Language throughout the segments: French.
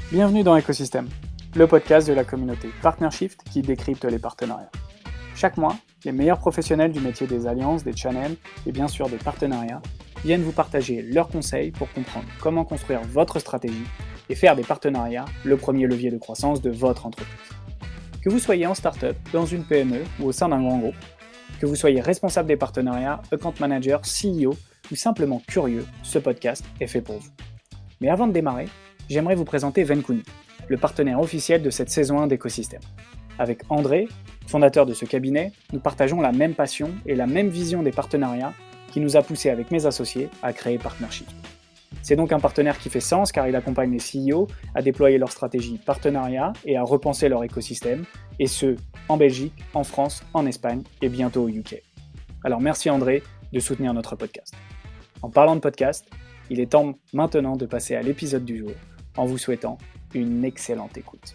Bienvenue dans Écosystème, le podcast de la communauté PartnerShift qui décrypte les partenariats. Chaque mois, les meilleurs professionnels du métier des alliances, des channels et bien sûr des partenariats viennent vous partager leurs conseils pour comprendre comment construire votre stratégie et faire des partenariats le premier levier de croissance de votre entreprise. Que vous soyez en start-up, dans une PME ou au sein d'un grand groupe, que vous soyez responsable des partenariats, account manager, CEO ou simplement curieux, ce podcast est fait pour vous. Mais avant de démarrer, j'aimerais vous présenter Venkuni, le partenaire officiel de cette saison 1 d'Écosystème. Avec André, fondateur de ce cabinet, nous partageons la même passion et la même vision des partenariats qui nous a poussé avec mes associés à créer PartnerShift. C'est donc un partenaire qui fait sens car il accompagne les CEO à déployer leur stratégie partenariat et à repenser leur écosystème, et ce, en Belgique, en France, en Espagne et bientôt au UK. Alors merci André de soutenir notre podcast. En parlant de podcast, il est temps maintenant de passer à l'épisode du jour, en vous souhaitant une excellente écoute.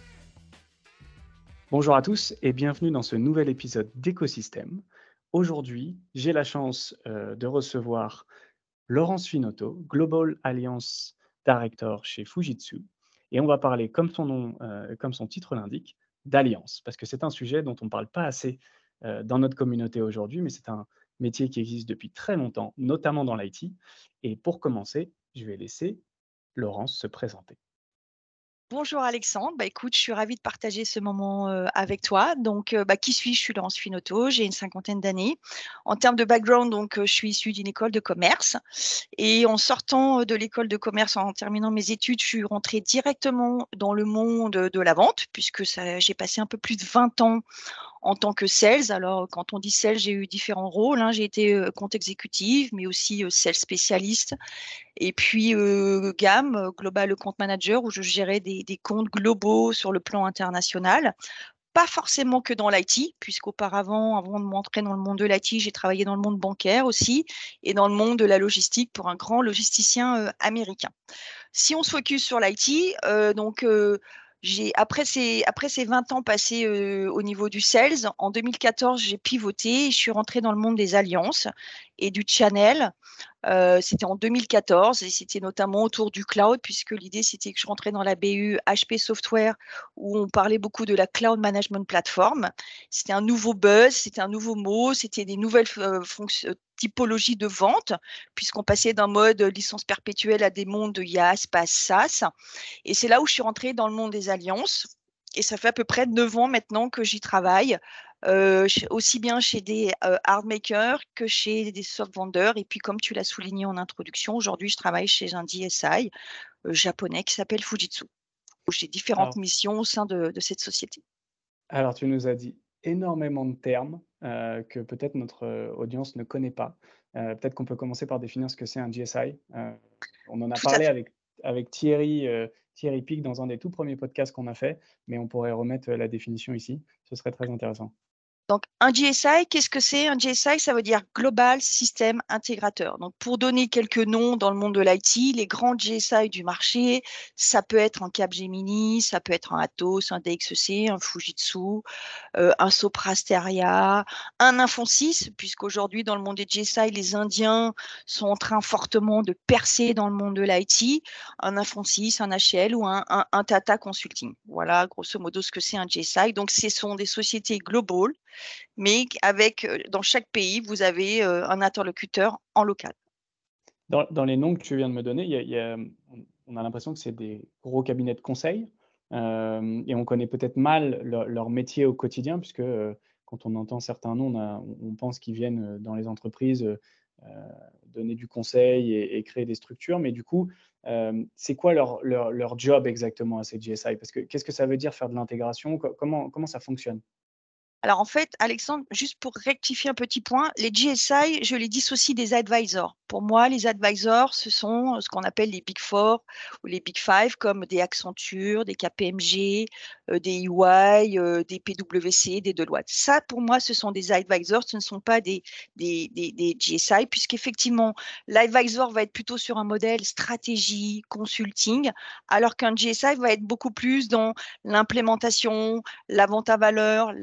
Bonjour à tous et bienvenue dans ce nouvel épisode d'Écosystème. Aujourd'hui, j'ai la chance de recevoir Laurence Finotto, Global Alliance Director chez Fujitsu. Et on va parler, comme son titre l'indique, d'alliance, parce que c'est un sujet dont on ne parle pas assez dans notre communauté aujourd'hui, mais c'est un métier qui existe depuis très longtemps, notamment dans l'IT. Et pour commencer, je vais laisser Laurence se présenter. Bonjour Alexandre, écoute, je suis ravie de partager ce moment avec toi. Donc, qui suis-je? Je suis Laurence Finotto, j'ai une cinquantaine d'années. En termes de background, donc, je suis issue d'une école de commerce. Et en sortant de l'école de commerce, en terminant mes études, je suis rentrée directement dans le monde de la vente, puisque j'ai passé un peu plus de 20 ans en tant que sales. Alors, quand on dit sales, j'ai eu différents rôles. J'ai été compte exécutive, mais aussi sales spécialiste. Et puis, GAM, Global Account Manager, où je gérais des comptes globaux sur le plan international. Pas forcément que dans l'IT, puisqu'auparavant, avant de m'entrer dans le monde de l'IT, j'ai travaillé dans le monde bancaire aussi et dans le monde de la logistique pour un grand logisticien américain. Si on se focus sur l'IT, après ces 20 ans passés au niveau du sales, en 2014, j'ai pivoté et je suis rentrée dans le monde des alliances et du channel. C'était en 2014 et c'était notamment autour du cloud, puisque l'idée, c'était que je rentrais dans la BU HP Software où on parlait beaucoup de la Cloud Management Platform. C'était un nouveau buzz, c'était un nouveau mot, c'était des nouvelles typologies de vente, puisqu'on passait d'un mode licence perpétuelle à des mondes de IaaS, PaaS, SaaS. Et c'est là où je suis rentrée dans le monde des alliances. Et ça fait à peu près 9 ans maintenant que j'y travaille, aussi bien chez des hard makers que chez des soft vendors. Et puis, comme tu l'as souligné en introduction, aujourd'hui, je travaille chez un DSI japonais qui s'appelle Fujitsu, où j'ai différentes Alors, missions au sein de cette société. alors, tu nous as dit énormément de termes que peut-être notre audience ne connaît pas. Peut-être qu'on peut commencer par définir ce que c'est un GSI. On en a Tout à parlé fait. avec Thierry Pic dans un des tout premiers podcasts qu'on a fait, mais on pourrait remettre la définition ici. Ce serait très intéressant. Donc, un GSI, qu'est-ce que c'est? Un GSI, ça veut dire Global System Integrateur. Donc, pour donner quelques noms dans le monde de l'IT, les grands GSI du marché, ça peut être un Capgemini, ça peut être un Atos, un DXC, un Fujitsu, un Sopra Steria, un Infosys, puisqu'aujourd'hui, dans le monde des GSI, les Indiens sont en train fortement de percer dans le monde de l'IT, un Infosys, un HCL ou un Tata Consulting. Voilà, grosso modo, ce que c'est un GSI. Donc, ce sont des sociétés globales, mais avec, dans chaque pays, vous avez un interlocuteur en local. Dans les noms que tu viens de me donner, on a l'impression que c'est des gros cabinets de conseil et on connaît peut-être mal leur métier au quotidien puisque quand on entend certains noms, on pense qu'ils viennent dans les entreprises donner du conseil et créer des structures. Mais du coup, c'est quoi leur job exactement à ces GSI? Parce que qu'est-ce que ça veut dire faire de l'intégration? Comment ça fonctionne? Alors en fait, Alexandre, juste pour rectifier un petit point, les GSI, je les dissocie des advisors. Pour moi, les advisors, ce sont ce qu'on appelle les Big Four ou les Big Five, comme des Accenture, des KPMG, des EY, des PwC, des Deloitte. Ça, pour moi, ce sont des advisors, ce ne sont pas des GSI, puisqu'effectivement, l'advisor va être plutôt sur un modèle stratégie, consulting, alors qu'un GSI va être beaucoup plus dans l'implémentation, la vente à valeur, la vente de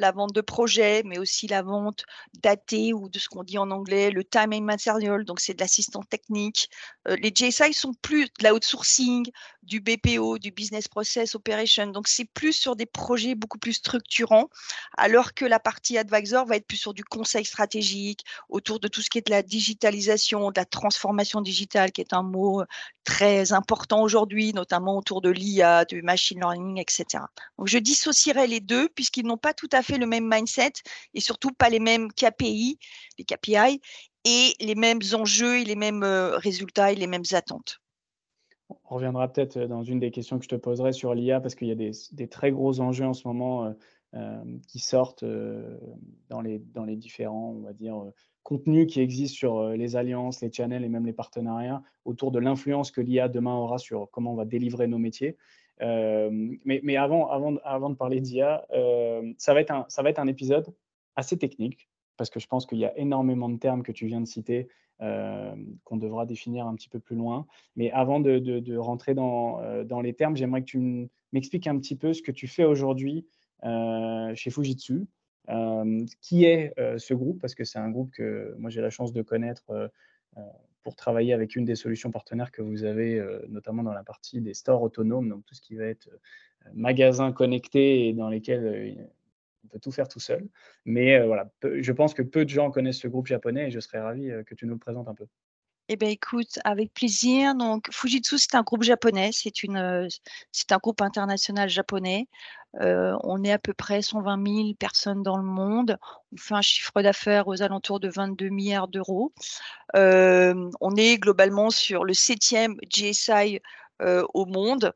projet, mais aussi la vente datée ou de ce qu'on dit en anglais, le time and material, donc c'est de l'assistance technique. Les GSI sont plus de l'outsourcing, du BPO, du business process operation, donc c'est plus sur des projets beaucoup plus structurants, alors que la partie advisor va être plus sur du conseil stratégique, autour de tout ce qui est de la digitalisation, de la transformation digitale, qui est un mot très important aujourd'hui, notamment autour de l'IA, du machine learning, etc. Donc, je dissocierai les deux puisqu'ils n'ont pas tout à fait le même mindset et surtout pas les mêmes KPI, les KPI, et les mêmes enjeux et les mêmes résultats et les mêmes attentes. On reviendra peut-être dans une des questions que je te poserai sur l'IA parce qu'il y a des très gros enjeux en ce moment qui sortent dans les différents, on va dire, contenus qui existent sur les alliances, les channels et même les partenariats autour de l'influence que l'IA demain aura sur comment on va délivrer nos métiers. Mais avant de parler d'IA, ça va être un épisode assez technique parce que je pense qu'il y a énormément de termes que tu viens de citer qu'on devra définir un petit peu plus loin. Mais avant de rentrer dans les termes, j'aimerais que tu m'expliques un petit peu ce que tu fais aujourd'hui chez Fujitsu. Qui est ce groupe? Parce que c'est un groupe que moi j'ai la chance de connaître pour travailler avec une des solutions partenaires que vous avez, notamment dans la partie des stores autonomes, donc tout ce qui va être magasins connectés et dans lesquels on peut tout faire tout seul. Mais voilà, je pense que peu de gens connaissent ce groupe japonais et je serais ravi que tu nous le présentes un peu. Eh bien, écoute, avec plaisir. Donc, Fujitsu, c'est un groupe japonais, c'est un groupe international japonais. On est à peu près 120 000 personnes dans le monde. On fait un chiffre d'affaires aux alentours de 22 milliards d'euros. On est globalement sur le 7e GSI au monde.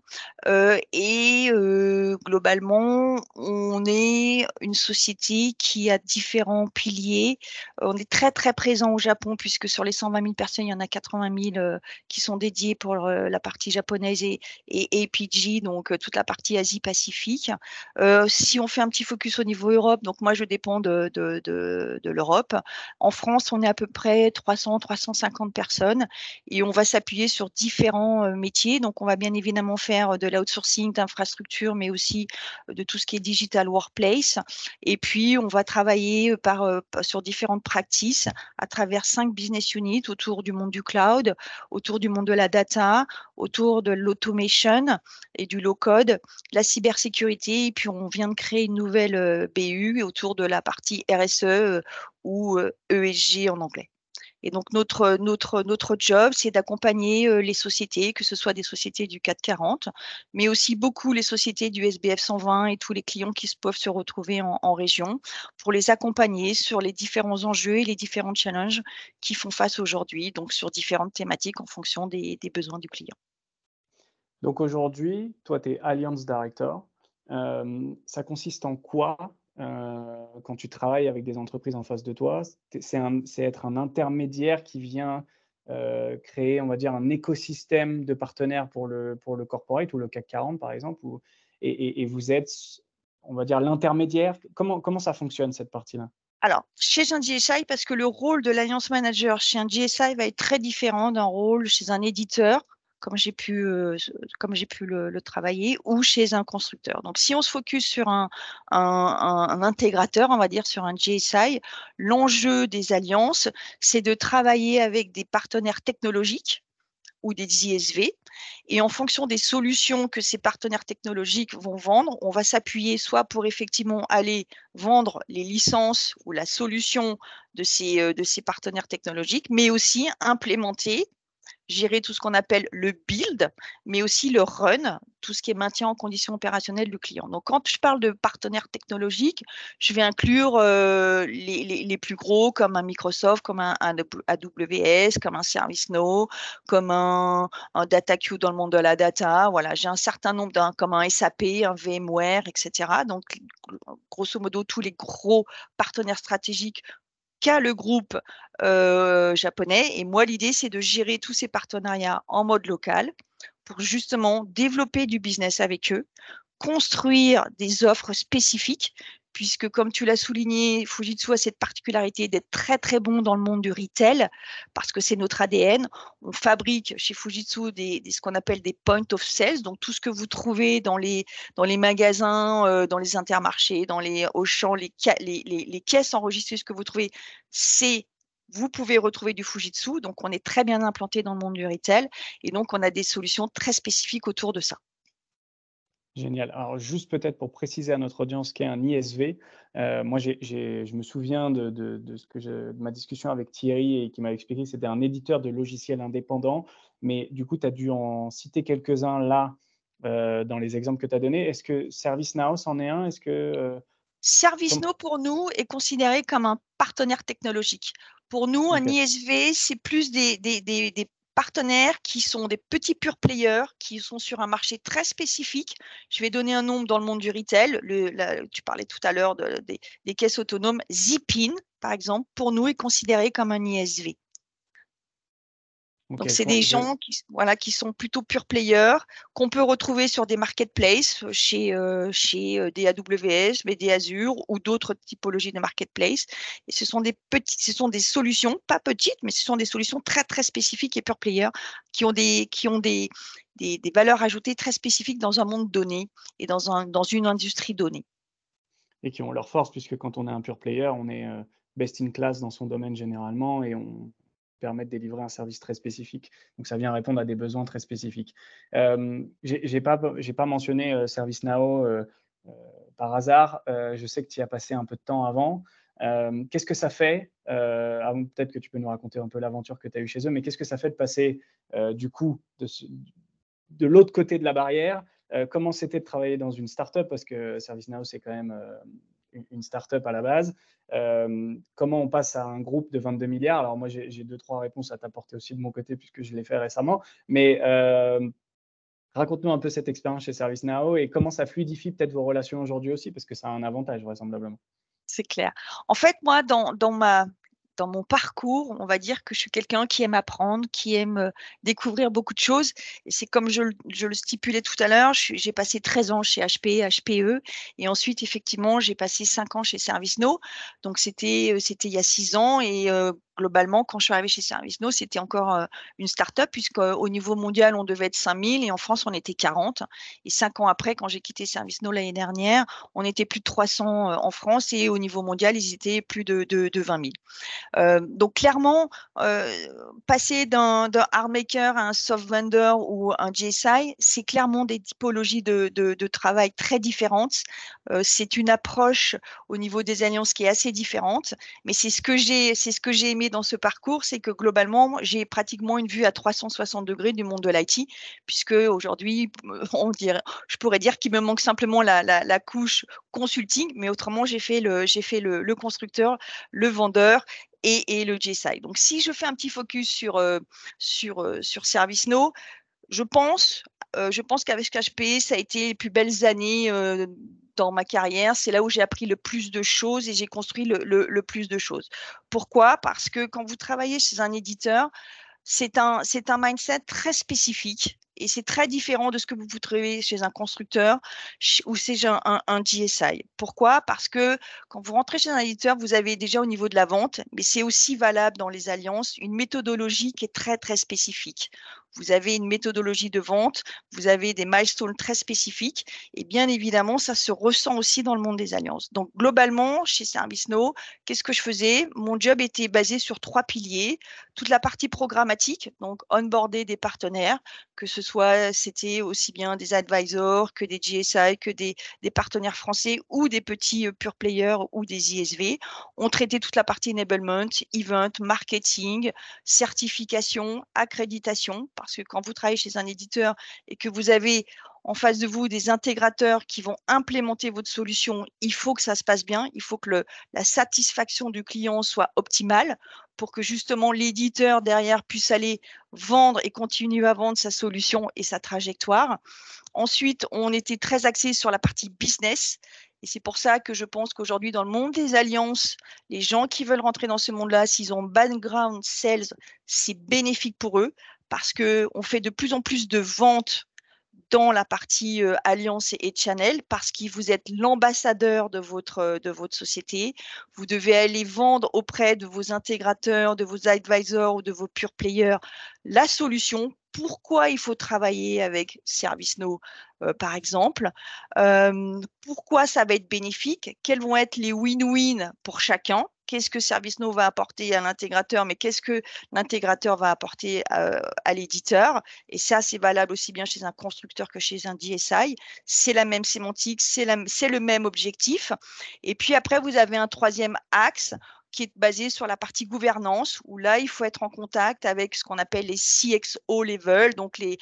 Globalement, on est une société qui a différents piliers. On est très, très présent au Japon, puisque sur les 120 000 personnes, il y en a 80 000 qui sont dédiées pour la partie japonaise et APJ, donc toute la partie Asie-Pacifique. Si on fait un petit focus au niveau Europe, donc moi, je dépends de l'Europe. En France, on est à peu près 300-350 personnes et on va s'appuyer sur différents métiers. Donc, on va bien évidemment faire de l'outsourcing d'infrastructures, mais aussi de tout ce qui est digital workplace. Et puis, on va travailler sur différentes practices à travers 5 business units autour du monde du cloud, autour du monde de la data, autour de l'automation et du low-code, la cybersécurité. Et puis, on vient de créer une nouvelle BU autour de la partie RSE ou ESG en anglais. Et donc, notre job, c'est d'accompagner les sociétés, que ce soit des sociétés du CAC 40, mais aussi beaucoup les sociétés du SBF 120 et tous les clients qui peuvent se retrouver en région pour les accompagner sur les différents enjeux et les différents challenges qui font face aujourd'hui, donc sur différentes thématiques en fonction des besoins du client. Donc aujourd'hui, toi, tu es Alliance Director. Ça consiste en quoi quand tu travailles avec des entreprises en face de toi? C'est être un intermédiaire qui vient créer, on va dire, un écosystème de partenaires pour le corporate ou le CAC 40, par exemple, et vous êtes, on va dire, l'intermédiaire. Comment ça fonctionne, cette partie-là? Alors, chez un GSI, parce que le rôle de l'Alliance Manager chez un GSI va être très différent d'un rôle chez un éditeur, comme j'ai pu le travailler, ou chez un constructeur. Donc, si on se focus sur un intégrateur, on va dire sur un GSI, l'enjeu des alliances, c'est de travailler avec des partenaires technologiques ou des ISV. Et en fonction des solutions que ces partenaires technologiques vont vendre, on va s'appuyer soit pour effectivement aller vendre les licences ou la solution de ces partenaires technologiques, mais aussi implémenter, gérer tout ce qu'on appelle le build, mais aussi le run, tout ce qui est maintien en condition opérationnelle du client. Donc, quand je parle de partenaires technologiques, je vais inclure les plus gros comme un Microsoft, comme un AWS, comme un ServiceNow, comme un DataQ dans le monde de la data. Voilà, j'ai un certain nombre comme un SAP, un VMware, etc. Donc, grosso modo, tous les gros partenaires stratégiques qu'a le groupe japonais. Et moi, l'idée, c'est de gérer tous ces partenariats en mode local pour justement développer du business avec eux, construire des offres spécifiques, puisque comme tu l'as souligné, Fujitsu a cette particularité d'être très très bon dans le monde du retail, parce que c'est notre ADN. On fabrique chez Fujitsu ce qu'on appelle des point of sales, donc tout ce que vous trouvez dans les magasins, dans les intermarchés, dans les Auchan, les caisses enregistrées, ce que vous trouvez, vous pouvez retrouver du Fujitsu. Donc, on est très bien implanté dans le monde du retail et donc on a des solutions très spécifiques autour de ça. Génial. Alors, juste peut-être pour préciser à notre audience qu'est un ISV, moi, je me souviens de ma discussion avec Thierry et qui m'a expliqué que c'était un éditeur de logiciels indépendant, mais du coup, tu as dû en citer quelques-uns là, dans les exemples que tu as donnés. Est-ce que ServiceNow en est un? ServiceNow, pour nous, est considéré comme un partenaire technologique. Pour nous, un Ok. ISV, c'est plus des partenaires qui sont des petits pure players, qui sont sur un marché très spécifique. Je vais donner un nombre dans le monde du retail. Tu parlais tout à l'heure des caisses autonomes. Zipin, par exemple, pour nous, est considéré comme un ISV. Ok, Donc, c'est des gens qui sont plutôt pure players, qu'on peut retrouver sur des marketplaces, chez des AWS, mais des Azure ou d'autres typologies de marketplaces. Et ce sont des solutions, pas petites, mais ce sont des solutions très, très spécifiques et pure players qui ont des valeurs ajoutées très spécifiques dans un monde donné et dans une industrie donnée. Et qui ont leur force, puisque quand on est un pure player, on est best in class dans son domaine généralement et on permet de délivrer un service très spécifique. Donc, ça vient répondre à des besoins très spécifiques. J'ai pas mentionné ServiceNow par hasard. Je sais que tu y as passé un peu de temps avant. Qu'est-ce que ça fait peut-être que tu peux nous raconter un peu l'aventure que tu as eue chez eux, mais qu'est-ce que ça fait de passer du coup de l'autre côté de la barrière? Comment c'était de travailler dans une startup? Parce que ServiceNow, c'est quand même une startup à la base. Comment on passe à un groupe de 22 milliards? Alors moi, j'ai 2-3 réponses à t'apporter aussi de mon côté, puisque je l'ai fait récemment. Mais raconte-nous un peu cette expérience chez ServiceNow et comment ça fluidifie peut-être vos relations aujourd'hui aussi, parce que ça a un avantage vraisemblablement. C'est clair. En fait, moi, dans mon parcours, on va dire que je suis quelqu'un qui aime apprendre, qui aime découvrir beaucoup de choses. Et c'est comme je le stipulais tout à l'heure, j'ai passé 13 ans chez HP, HPE, et ensuite, effectivement, j'ai passé 5 ans chez ServiceNow. Donc, c'était il y a 6 ans, et globalement, quand je suis arrivée chez ServiceNow, c'était encore une start-up, puisqu'au niveau mondial, on devait être 5000, et en France, on était 40. Et 5 ans après, quand j'ai quitté ServiceNow l'année dernière, on était plus de 300 en France, et au niveau mondial, ils étaient plus de 20 000. Donc clairement, passer d'un hard maker à un soft vendor ou un GSI, c'est clairement des typologies de travail très différentes. C'est une approche au niveau des alliances qui est assez différente, mais c'est ce que j'ai aimé dans ce parcours, c'est que globalement, j'ai pratiquement une vue à 360 degrés du monde de l'IT, puisque aujourd'hui, je pourrais dire qu'il me manque simplement la couche consulting, mais autrement, j'ai fait le constructeur, le vendeur et le GSI. Donc, si je fais un petit focus sur ServiceNow, je pense qu'avec HP, ça a été les plus belles années dans ma carrière. C'est là où j'ai appris le plus de choses et j'ai construit le plus de choses. Pourquoi? Parce que quand vous travaillez chez un éditeur, c'est un mindset très spécifique et c'est très différent de ce que vous trouvez chez un constructeur ou chez un GSI. Pourquoi? Parce que quand vous rentrez chez un éditeur, vous avez déjà au niveau de la vente, mais c'est aussi valable dans les alliances, une méthodologie qui est très, très spécifique. Vous avez une méthodologie de vente, vous avez des milestones très spécifiques et bien évidemment, ça se ressent aussi dans le monde des alliances. Donc, globalement, chez ServiceNow, qu'est-ce que je faisais? Mon job était basé sur 3 piliers. Toute la partie programmatique, donc onboarder des partenaires, que ce soit, c'était aussi bien des advisors que des GSI, que des partenaires français ou des petits pure players ou des ISV. On traitait toute la partie enablement, event, marketing, certification, accréditation, parce que quand vous travaillez chez un éditeur et que vous avez en face de vous des intégrateurs qui vont implémenter votre solution, il faut que ça se passe bien, il faut que la satisfaction du client soit optimale pour que justement l'éditeur derrière puisse aller vendre et continuer à vendre sa solution et sa trajectoire. Ensuite, on était très axé sur la partie business. Et c'est pour ça que je pense qu'aujourd'hui, dans le monde des alliances, les gens qui veulent rentrer dans ce monde-là, s'ils ont un background sales, c'est bénéfique pour eux parce qu'on fait de plus en plus de ventes dans la partie alliance et channel parce que vous êtes l'ambassadeur de votre société. Vous devez aller vendre auprès de vos intégrateurs, de vos advisors ou de vos pure players la solution. Pourquoi il faut travailler avec ServiceNow, par exemple. Pourquoi ça va être bénéfique? Quels vont être les win-win pour chacun? Qu'est-ce que ServiceNow va apporter à l'intégrateur, mais qu'est-ce que l'intégrateur va apporter à l'éditeur? Et ça, c'est valable aussi bien chez un constructeur que chez un DSI. C'est la même sémantique, c'est le même objectif. Et puis après, vous avez un troisième axe qui est basé sur la partie gouvernance, où là, il faut être en contact avec ce qu'on appelle les CXO level, donc les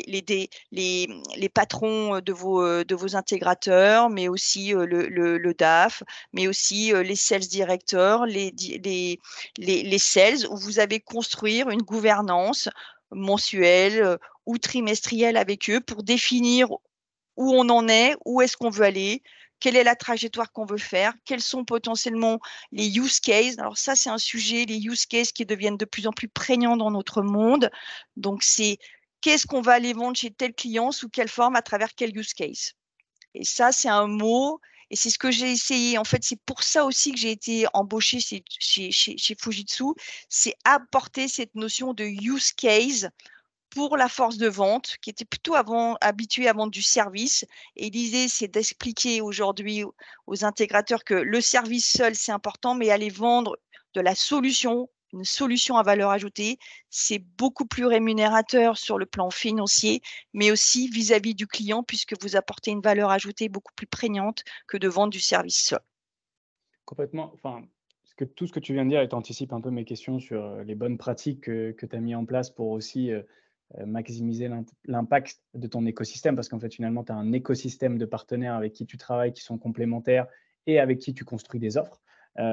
patrons de vos intégrateurs, mais aussi le DAF, mais aussi les sales directeurs, les sales, où vous avez construire une gouvernance mensuelle ou trimestrielle avec eux pour définir où on en est, où est-ce qu'on veut aller, quelle est la trajectoire qu'on veut faire, quels sont potentiellement les use cases. Alors ça, c'est un sujet, les use cases qui deviennent de plus en plus prégnants dans notre monde. Donc, c'est qu'est-ce qu'on va aller vendre chez tel client, sous quelle forme, à travers quel use case. Et ça, c'est un mot, et c'est ce que j'ai essayé. En fait, c'est pour ça aussi que j'ai été embauchée chez Fujitsu, c'est apporter cette notion de use case pour la force de vente, qui était plutôt habituée à vendre du service. Et l'idée, c'est d'expliquer aujourd'hui aux intégrateurs que le service seul, c'est important, mais aller vendre de la solution, une solution à valeur ajoutée, c'est beaucoup plus rémunérateur sur le plan financier, mais aussi vis-à-vis du client, puisque vous apportez une valeur ajoutée beaucoup plus prégnante que de vendre du service seul. Complètement. Enfin, tout ce que tu viens de dire, et tu anticipes un peu mes questions sur les bonnes pratiques que tu as mis en place pour aussi maximiser l'impact de ton écosystème, parce qu'en fait, finalement, tu as un écosystème de partenaires avec qui tu travailles, qui sont complémentaires et avec qui tu construis des offres.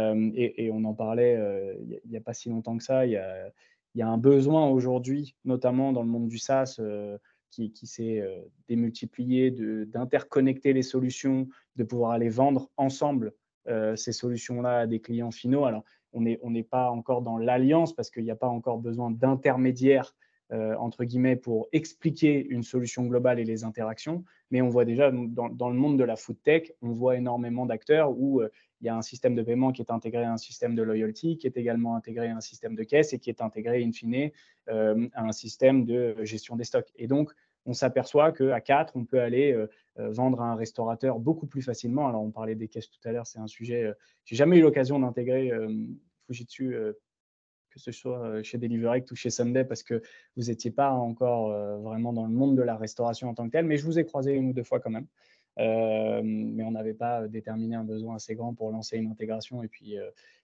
Et on en parlait il n'y a pas si longtemps que ça. Il y a un besoin aujourd'hui, notamment dans le monde du SaaS, qui s'est démultiplié, d'interconnecter les solutions, de pouvoir aller vendre ensemble ces solutions-là à des clients finaux. Alors, on n'est pas encore dans l'alliance parce qu'il n'y a pas encore besoin d'intermédiaires entre guillemets, pour expliquer une solution globale et les interactions. Mais on voit déjà dans le monde de la food tech, on voit énormément d'acteurs où il y a un système de paiement qui est intégré à un système de loyalty, qui est également intégré à un système de caisse et qui est intégré, in fine, à un système de gestion des stocks. Et donc, on s'aperçoit qu'à 4, on peut aller vendre à un restaurateur beaucoup plus facilement. Alors, on parlait des caisses tout à l'heure, c'est un sujet. J'ai jamais eu l'occasion d'intégrer Fujitsu que ce soit chez Deliverect ou chez Sunday, parce que vous n'étiez pas encore vraiment dans le monde de la restauration en tant que tel, mais je vous ai croisé une ou deux fois quand même. Mais on n'avait pas déterminé un besoin assez grand pour lancer une intégration, et puis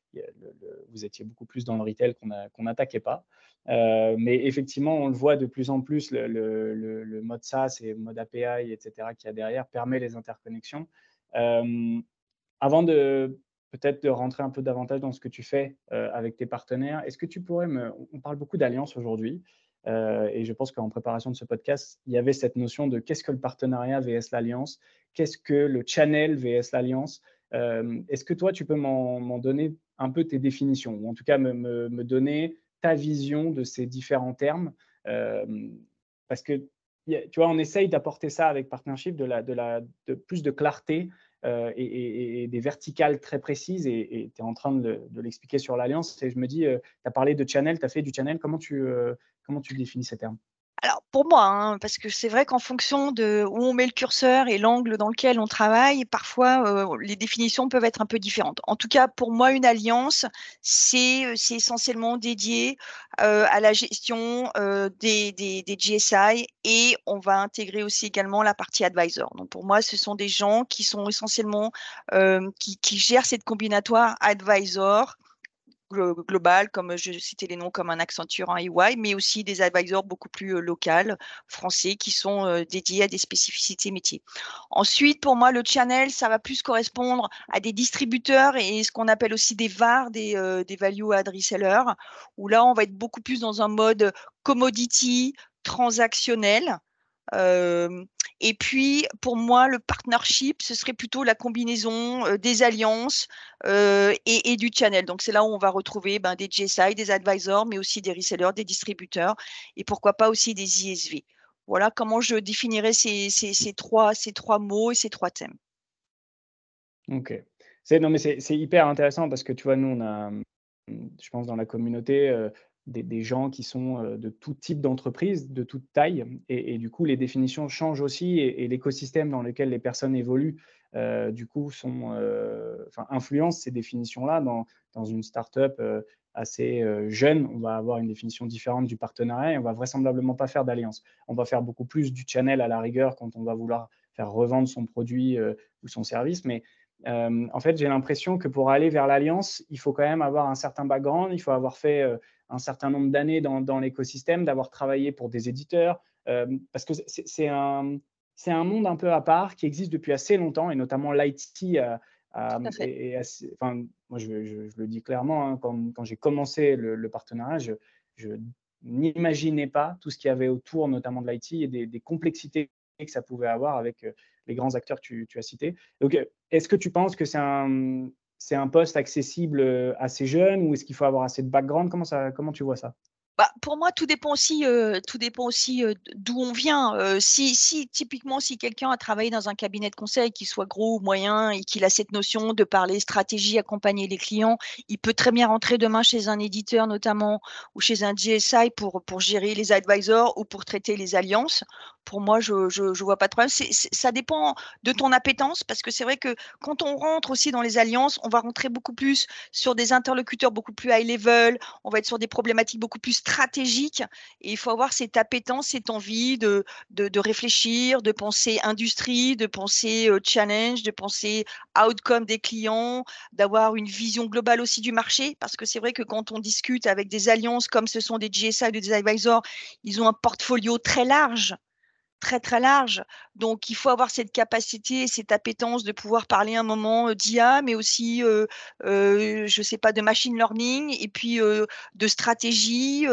vous étiez beaucoup plus dans le retail qu'on n'attaquait pas. Mais effectivement, on le voit de plus en plus, le mode SaaS et le mode API, etc., qu'il y a derrière, permet les interconnexions. Avant de peut-être de rentrer un peu davantage dans ce que tu fais avec tes partenaires, est-ce que tu pourrais on parle beaucoup d'alliance aujourd'hui, et je pense qu'en préparation de ce podcast, il y avait cette notion de qu'est-ce que le partenariat vs l'alliance, qu'est-ce que le channel vs l'alliance. Est-ce que toi, tu peux m'en donner un peu tes définitions, ou en tout cas me donner ta vision de ces différents termes, parce que tu vois, on essaye d'apporter ça avec Partnership, de plus de clarté et des verticales très précises, et tu es en train de l'expliquer sur l'alliance. Et je me dis, tu as parlé de channel, tu as fait du channel, comment tu définis ces termes? Alors pour moi, hein, parce que c'est vrai qu'en fonction de où on met le curseur et l'angle dans lequel on travaille, parfois les définitions peuvent être un peu différentes. En tout cas, pour moi, une alliance, c'est essentiellement dédié à la gestion des GSI, et on va intégrer aussi également la partie advisor. Donc pour moi, ce sont des gens qui sont essentiellement qui gèrent cette combinatoire advisor global, comme je citais les noms comme un Accenture, un EY, mais aussi des advisors beaucoup plus locaux, français, qui sont dédiés à des spécificités métiers. Ensuite, pour moi, le channel, ça va plus correspondre à des distributeurs et ce qu'on appelle aussi des VAR, des value add resellers, où là, on va être beaucoup plus dans un mode commodity, transactionnel. Et puis, pour moi, le partnership, ce serait plutôt la combinaison des alliances et du channel. Donc, c'est là où on va retrouver des GSI, des advisors, mais aussi des resellers, des distributeurs, et pourquoi pas aussi des ISV. Voilà comment je définirais ces trois mots et ces trois thèmes. OK. Non, mais c'est hyper intéressant parce que tu vois, nous, on a, je pense dans la communauté, des gens qui sont, de tout type d'entreprise, de toute taille et du coup, les définitions changent aussi et l'écosystème dans lequel les personnes évoluent, du coup, enfin, influencent ces définitions-là. Dans une start-up, assez, jeune, on va avoir une définition différente du partenariat et on va vraisemblablement pas faire d'alliance. On va faire beaucoup plus du channel à la rigueur quand on va vouloir faire revendre son produit, ou son service, mais en fait, j'ai l'impression que pour aller vers l'alliance, il faut quand même avoir un certain background, il faut avoir fait, un certain nombre d'années dans l'écosystème, d'avoir travaillé pour des éditeurs, parce que c'est un monde un peu à part qui existe depuis assez longtemps et notamment l'IT Tout à fait. est assez enfin, moi je le dis clairement, hein, quand j'ai commencé le partenariat, je n'imaginais pas tout ce qu'il y avait autour, notamment de l'IT et des complexités que ça pouvait avoir avec, les grands acteurs que tu as cités. Donc, est-ce que tu penses que c'est un poste accessible, assez jeune ou est-ce qu'il faut avoir assez de background? Comment tu vois ça? Bah, pour moi, tout dépend aussi, d'où on vient. Si typiquement, si quelqu'un a travaillé dans un cabinet de conseil, qu'il soit gros ou moyen et qu'il a cette notion de parler stratégie, accompagner les clients, il peut très bien rentrer demain chez un éditeur notamment ou chez un GSI pour gérer les advisors ou pour traiter les alliances. Pour moi, je vois pas de problème. Ça dépend de ton appétence parce que c'est vrai que quand on rentre aussi dans les alliances, on va rentrer beaucoup plus sur des interlocuteurs beaucoup plus high level, on va être sur des problématiques beaucoup plus stratégiques et il faut avoir cette appétence, cette envie de réfléchir, de penser industrie, de penser challenge, de penser outcome des clients, d'avoir une vision globale aussi du marché parce que c'est vrai que quand on discute avec des alliances comme ce sont des GSI ou des advisors, ils ont un portfolio très large, très, très large. Donc, il faut avoir cette capacité, cette appétence de pouvoir parler un moment d'IA, mais aussi, je sais pas, de machine learning et puis de stratégie,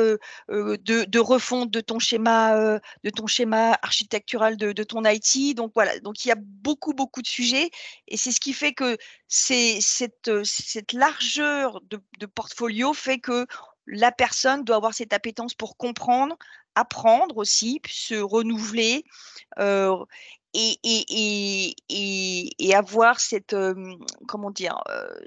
de refonte de ton schéma architectural de ton IT. Donc voilà, donc il y a beaucoup, beaucoup de sujets et c'est ce qui fait que cette largeur de portfolio fait que la personne doit avoir cette appétence pour comprendre, apprendre aussi, puis se renouveler, heu et avoir cette, comment dire?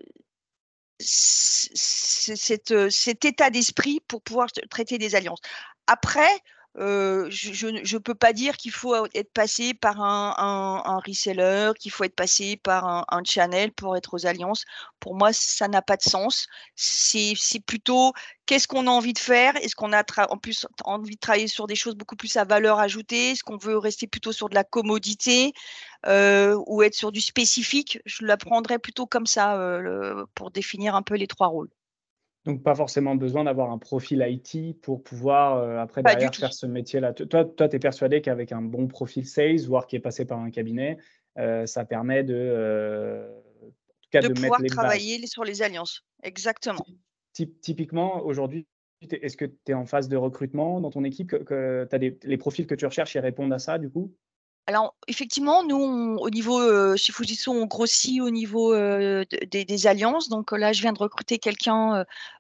Cet état d'esprit pour pouvoir traiter des alliances. Après, je ne peux pas dire qu'il faut être passé par un reseller, qu'il faut être passé par un channel pour être aux alliances. Pour moi, ça n'a pas de sens. C'est plutôt qu'est-ce qu'on a envie de faire? Est-ce qu'on a en plus envie de travailler sur des choses beaucoup plus à valeur ajoutée? Est-ce qu'on veut rester plutôt sur de la commodité? Ou être sur du spécifique, je la prendrais plutôt comme ça, pour définir un peu les 3 rôles. Donc pas forcément besoin d'avoir un profil IT pour pouvoir, après Pas du derrière tout. faire ce métier-là. Toi, tu es persuadé qu'avec un bon profil sales, voire qui est passé par un cabinet, ça permet en tout cas De de mettre pouvoir les bases? travailler sur les alliances. Exactement. Typiquement, aujourd'hui, est-ce que tu es en phase de recrutement dans ton équipe, que tu as les profils que tu recherches, ils répondent à ça, du coup? Alors effectivement, nous, au niveau, chez Fujitsu, on grossit au niveau, des alliances. Donc là, je viens de recruter quelqu'un,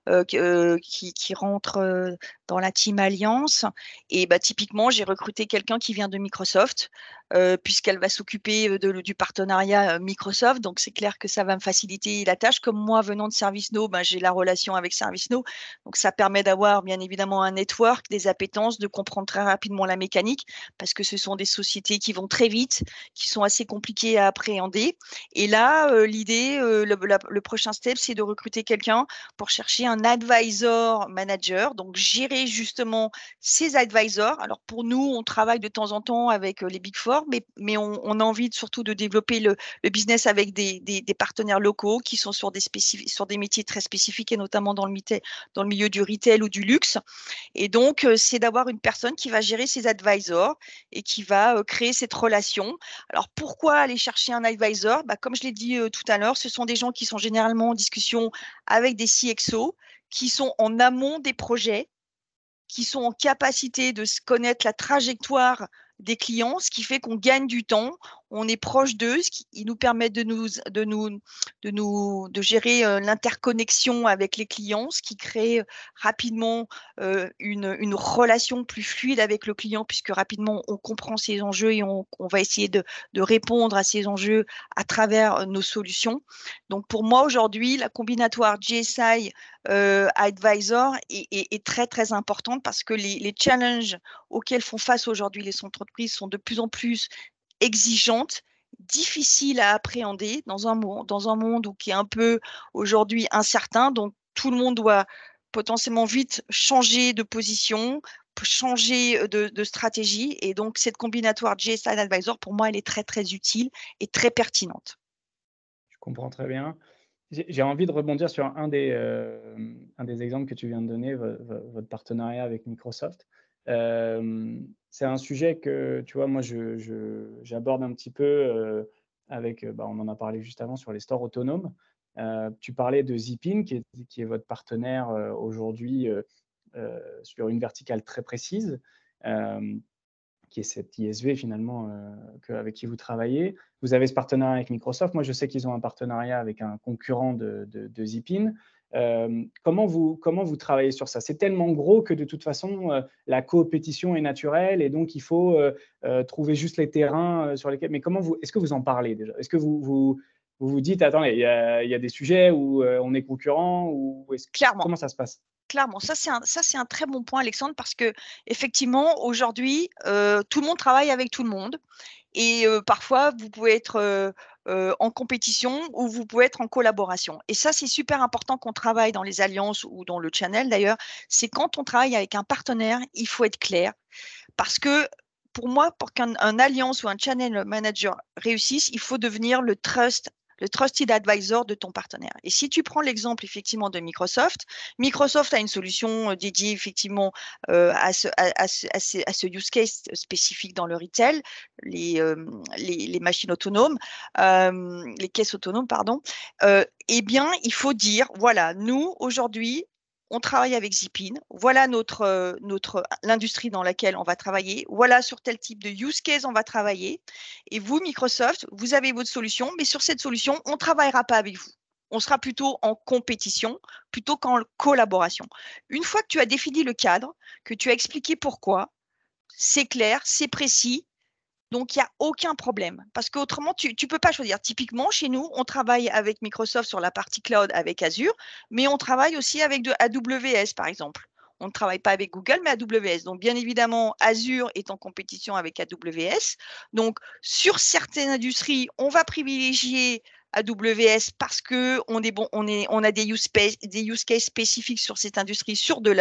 qui rentre, dans la team alliance et bah, typiquement, j'ai recruté quelqu'un qui vient de Microsoft, puisqu'elle va s'occuper, du partenariat, Microsoft. Donc c'est clair que ça va me faciliter la tâche. Comme moi, venant de ServiceNow, ben, j'ai la relation avec ServiceNow. Donc ça permet d'avoir bien évidemment un network, des appétences, de comprendre très rapidement la mécanique parce que ce sont des sociétés qui vont très vite, qui sont assez compliquées à appréhender. Et là, l'idée, le prochain step, c'est de recruter quelqu'un pour chercher un advisor manager, donc gérer justement ces advisors. Alors pour nous, on travaille de temps en temps avec les Big Four, mais on a envie surtout de développer le business avec des partenaires locaux qui sont sur des métiers très spécifiques et notamment dans le milieu du retail ou du luxe. Et donc, c'est d'avoir une personne qui va gérer ses advisors et qui va, créer cette relation. Alors pourquoi aller chercher un advisor? Bah, comme je l'ai dit, tout à l'heure, ce sont des gens qui sont généralement en discussion avec des CXO, qui sont en amont des projets, qui sont en capacité de connaître la trajectoire des clients, ce qui fait qu'on gagne du temps, on est proche d'eux, ce qui nous permet de gérer l'interconnexion avec les clients, ce qui crée rapidement une relation plus fluide avec le client, puisque rapidement on comprend ses enjeux et on va essayer de répondre à ces enjeux à travers nos solutions. Donc pour moi aujourd'hui, la combinatoire GSI Advisor est très très importante parce que les challenges auxquels font face aujourd'hui les entreprises sont de plus en plus exigeantes, difficiles à appréhender dans un monde qui est un peu aujourd'hui incertain. Donc tout le monde doit potentiellement vite changer de position, changer de stratégie. Et donc cette combinatoire GSI Advisor, pour moi, elle est très très utile et très pertinente. Je comprends très bien. J'ai envie de rebondir sur un des exemples que tu viens de donner, votre partenariat avec Microsoft. C'est un sujet que, tu vois, moi, j'aborde un petit peu avec, on en a parlé juste avant sur les stores autonomes. Tu parlais de Zipin, qui est votre partenaire aujourd'hui sur une verticale très précise. Qui est cette ISV finalement avec qui vous travaillez. Vous avez ce partenariat avec Microsoft. Moi, je sais qu'ils ont un partenariat avec un concurrent de Zipin. Comment vous travaillez sur ça? C'est tellement gros que de toute façon, la compétition est naturelle et donc il faut trouver juste les terrains sur lesquels… Mais est-ce que vous en parlez déjà? Est-ce que vous dites, attendez, il y a des sujets où on est concurrent ou Clairement. Comment ça se passe? Clairement, ça c'est un très bon point, Alexandre, parce que effectivement aujourd'hui tout le monde travaille avec tout le monde et parfois vous pouvez être en compétition ou vous pouvez être en collaboration. Et ça c'est super important qu'on travaille dans les alliances ou dans le channel d'ailleurs. C'est quand on travaille avec un partenaire, il faut être clair parce que pour moi, pour qu'un alliance ou un channel manager réussisse, il faut devenir le trusted advisor de ton partenaire. Et si tu prends l'exemple effectivement de Microsoft, Microsoft a une solution dédiée effectivement à ce use case spécifique dans le retail, les machines autonomes, les caisses autonomes, pardon. Eh bien, il faut dire, voilà, nous aujourd'hui, on travaille avec Zipin, voilà l'industrie dans laquelle on va travailler, voilà sur tel type de use case on va travailler. Et vous, Microsoft, vous avez votre solution, mais sur cette solution, on ne travaillera pas avec vous. On sera plutôt en compétition plutôt qu'en collaboration. Une fois que tu as défini le cadre, que tu as expliqué pourquoi, c'est clair, c'est précis, donc il n'y a aucun problème. Parce qu'autrement, tu ne peux pas choisir. Typiquement, chez nous, on travaille avec Microsoft sur la partie cloud avec Azure, mais on travaille aussi avec de AWS, par exemple. On ne travaille pas avec Google, mais AWS. Donc, bien évidemment, Azure est en compétition avec AWS. Donc, sur certaines industries, on va privilégier AWS parce que on a des use cases spécifiques sur cette industrie sur de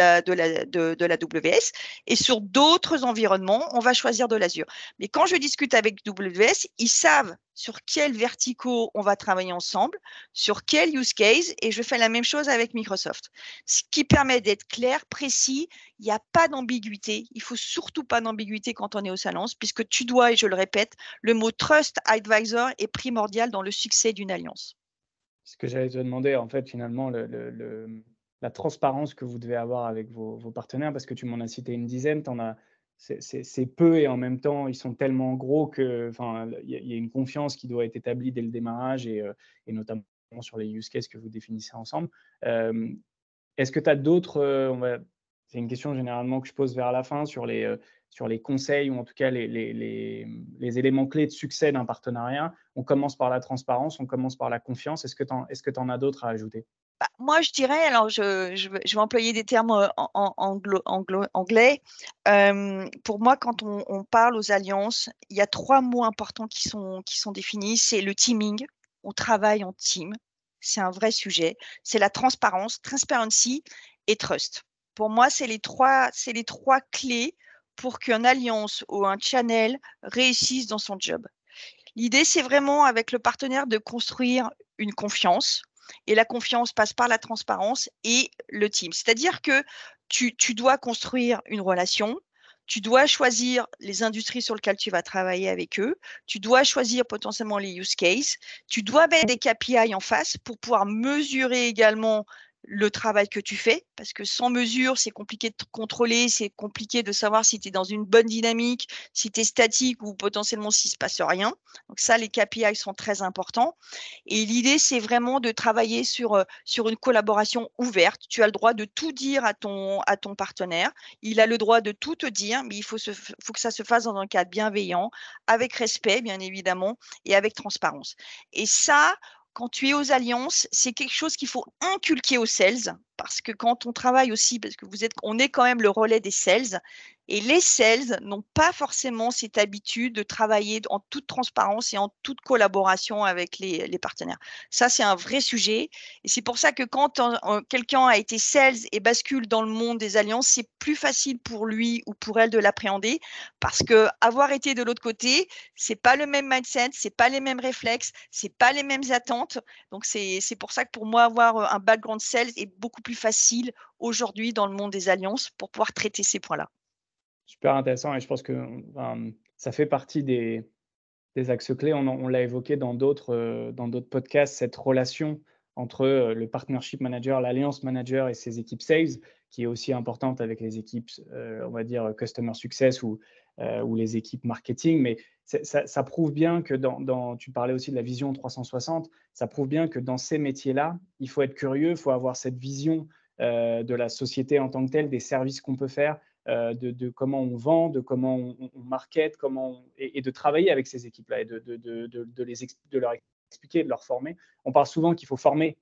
l'AWS et sur d'autres environnements, on va choisir de l'Azure. Mais quand je discute avec AWS, ils savent sur quels verticaux on va travailler ensemble, sur quel use case, et je fais la même chose avec Microsoft. Ce qui permet d'être clair, précis, il n'y a pas d'ambiguïté. Il ne faut surtout pas d'ambiguïté quand on est au Salence, puisque tu dois, et je le répète, le mot Trust Advisor est primordial dans le succès d'une alliance. Ce que j'allais te demander, en fait, finalement, la transparence que vous devez avoir avec vos partenaires, parce que tu m'en as cité une dizaine, c'est peu et en même temps, ils sont tellement gros que, enfin, il y a une confiance qui doit être établie dès le démarrage et notamment sur les use cases que vous définissez ensemble. Est-ce que tu as d'autres, c'est une question généralement que je pose vers la fin sur les conseils ou en tout cas les éléments clés de succès d'un partenariat. On commence par la transparence, on commence par la confiance. Est-ce que tu en as d'autres à ajouter? Moi, je dirais, alors je vais employer des termes anglais. Pour moi, quand on parle aux alliances, il y a 3 mots importants qui sont définis. C'est le teaming, on travaille en team, c'est un vrai sujet. C'est la transparence, transparency et trust. Pour moi, c'est les trois clés pour qu'une alliance ou un channel réussisse dans son job. L'idée, c'est vraiment avec le partenaire de construire une confiance. Et la confiance passe par la transparence et le team. C'est-à-dire que tu dois construire une relation, tu dois choisir les industries sur lesquelles tu vas travailler avec eux, tu dois choisir potentiellement les use cases, tu dois mettre des KPI en face pour pouvoir mesurer également le travail que tu fais, parce que sans mesure, c'est compliqué de te contrôler, c'est compliqué de savoir si tu es dans une bonne dynamique, si tu es statique ou potentiellement s'il ne se passe rien. Donc ça, les KPI sont très importants. Et l'idée, c'est vraiment de travailler sur une collaboration ouverte. Tu as le droit de tout dire à ton partenaire. Il a le droit de tout te dire, mais il faut que ça se fasse dans un cadre bienveillant, avec respect, bien évidemment, et avec transparence. Et ça, quand tu es aux alliances, c'est quelque chose qu'il faut inculquer aux sales, parce que quand on travaille aussi, parce que on est quand même le relais des sales, et les sales n'ont pas forcément cette habitude de travailler en toute transparence et en toute collaboration avec les partenaires. Ça, c'est un vrai sujet. Et c'est pour ça que quand quelqu'un a été sales et bascule dans le monde des alliances, c'est plus facile pour lui ou pour elle de l'appréhender, parce que avoir été de l'autre côté, c'est pas le même mindset, c'est pas les mêmes réflexes, c'est pas les mêmes attentes. Donc c'est pour ça que pour moi, avoir un background sales est beaucoup plus facile aujourd'hui dans le monde des alliances pour pouvoir traiter ces points-là. Super intéressant et je pense que ça fait partie des axes clés. On l'a évoqué dans d'autres podcasts, cette relation entre le partnership manager, l'alliance manager et ses équipes sales, qui est aussi importante avec les équipes, on va dire, customer success ou les équipes marketing. Mais ça prouve bien que tu parlais aussi de la vision 360, ça prouve bien que dans ces métiers-là, il faut être curieux, il faut avoir cette vision de la société en tant que telle, des services qu'on peut faire, de comment on vend, de comment on market, et de travailler avec ces équipes-là et de leur expliquer, de leur former. On parle souvent qu'il faut former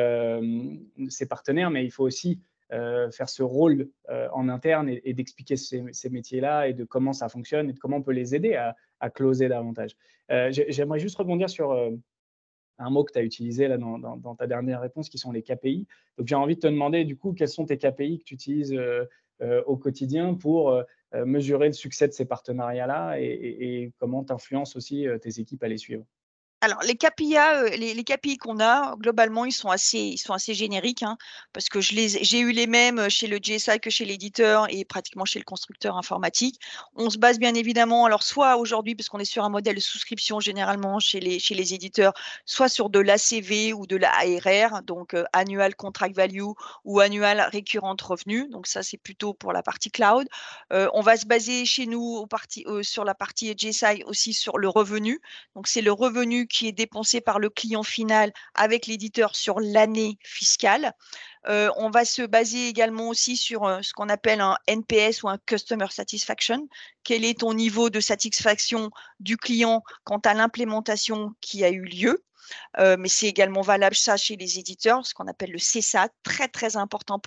ses partenaires, mais il faut aussi faire ce rôle en interne et d'expliquer ces métiers-là et de comment ça fonctionne et de comment on peut les aider à closer davantage. J'aimerais juste rebondir sur un mot que tu as utilisé là dans ta dernière réponse, qui sont les KPI. Donc, j'ai envie de te demander, du coup, quels sont tes KPI que tu utilises au quotidien pour mesurer le succès de ces partenariats-là et comment tu influences aussi tes équipes à les suivre. Alors, les KPI, les KPI qu'on a, globalement, ils sont assez génériques, hein, parce que j'ai eu les mêmes chez le GSI que chez l'éditeur et pratiquement chez le constructeur informatique. On se base bien évidemment, alors soit aujourd'hui, parce qu'on est sur un modèle de souscription généralement chez les éditeurs, soit sur de l'ACV ou de l'ARR, donc Annual Contract Value ou Annual Recurrent Revenue. Donc ça, c'est plutôt pour la partie cloud. On va se baser chez nous sur la partie GSI aussi sur le revenu. Donc, c'est le revenu qui est dépensé par le client final avec l'éditeur sur l'année fiscale. On va se baser également aussi sur ce qu'on appelle un NPS ou un Customer Satisfaction. Quel est ton niveau de satisfaction du client quant à l'implémentation qui a eu lieu? Mais c'est également valable ça chez les éditeurs, ce qu'on appelle le CSAT, très très important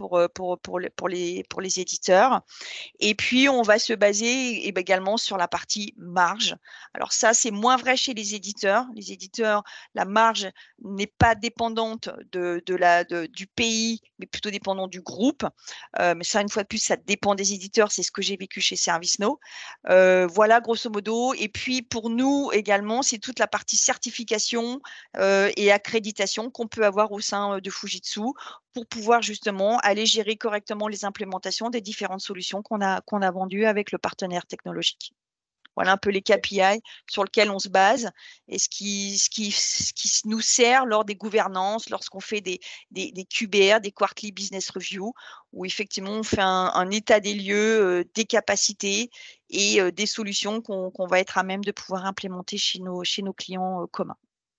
pour les éditeurs. Et puis, on va se baser également sur la partie marge. Alors ça, c'est moins vrai chez les éditeurs. Les éditeurs, la marge n'est pas dépendante du pays, mais plutôt dépendante du groupe. Mais ça, une fois de plus, ça dépend des éditeurs. C'est ce que j'ai vécu chez ServiceNow. Voilà, grosso modo. Et puis, pour nous également, c'est toute la partie certification et accréditation qu'on peut avoir au sein de Fujitsu pour pouvoir justement aller gérer correctement les implémentations des différentes solutions qu'on a vendues avec le partenaire technologique. Voilà un peu les KPI sur lesquels on se base et ce qui nous sert lors des gouvernances, lorsqu'on fait des QBR, des Quarterly Business Review, où effectivement on fait un état des lieux, des capacités et des solutions qu'on va être à même de pouvoir implémenter chez nos clients communs.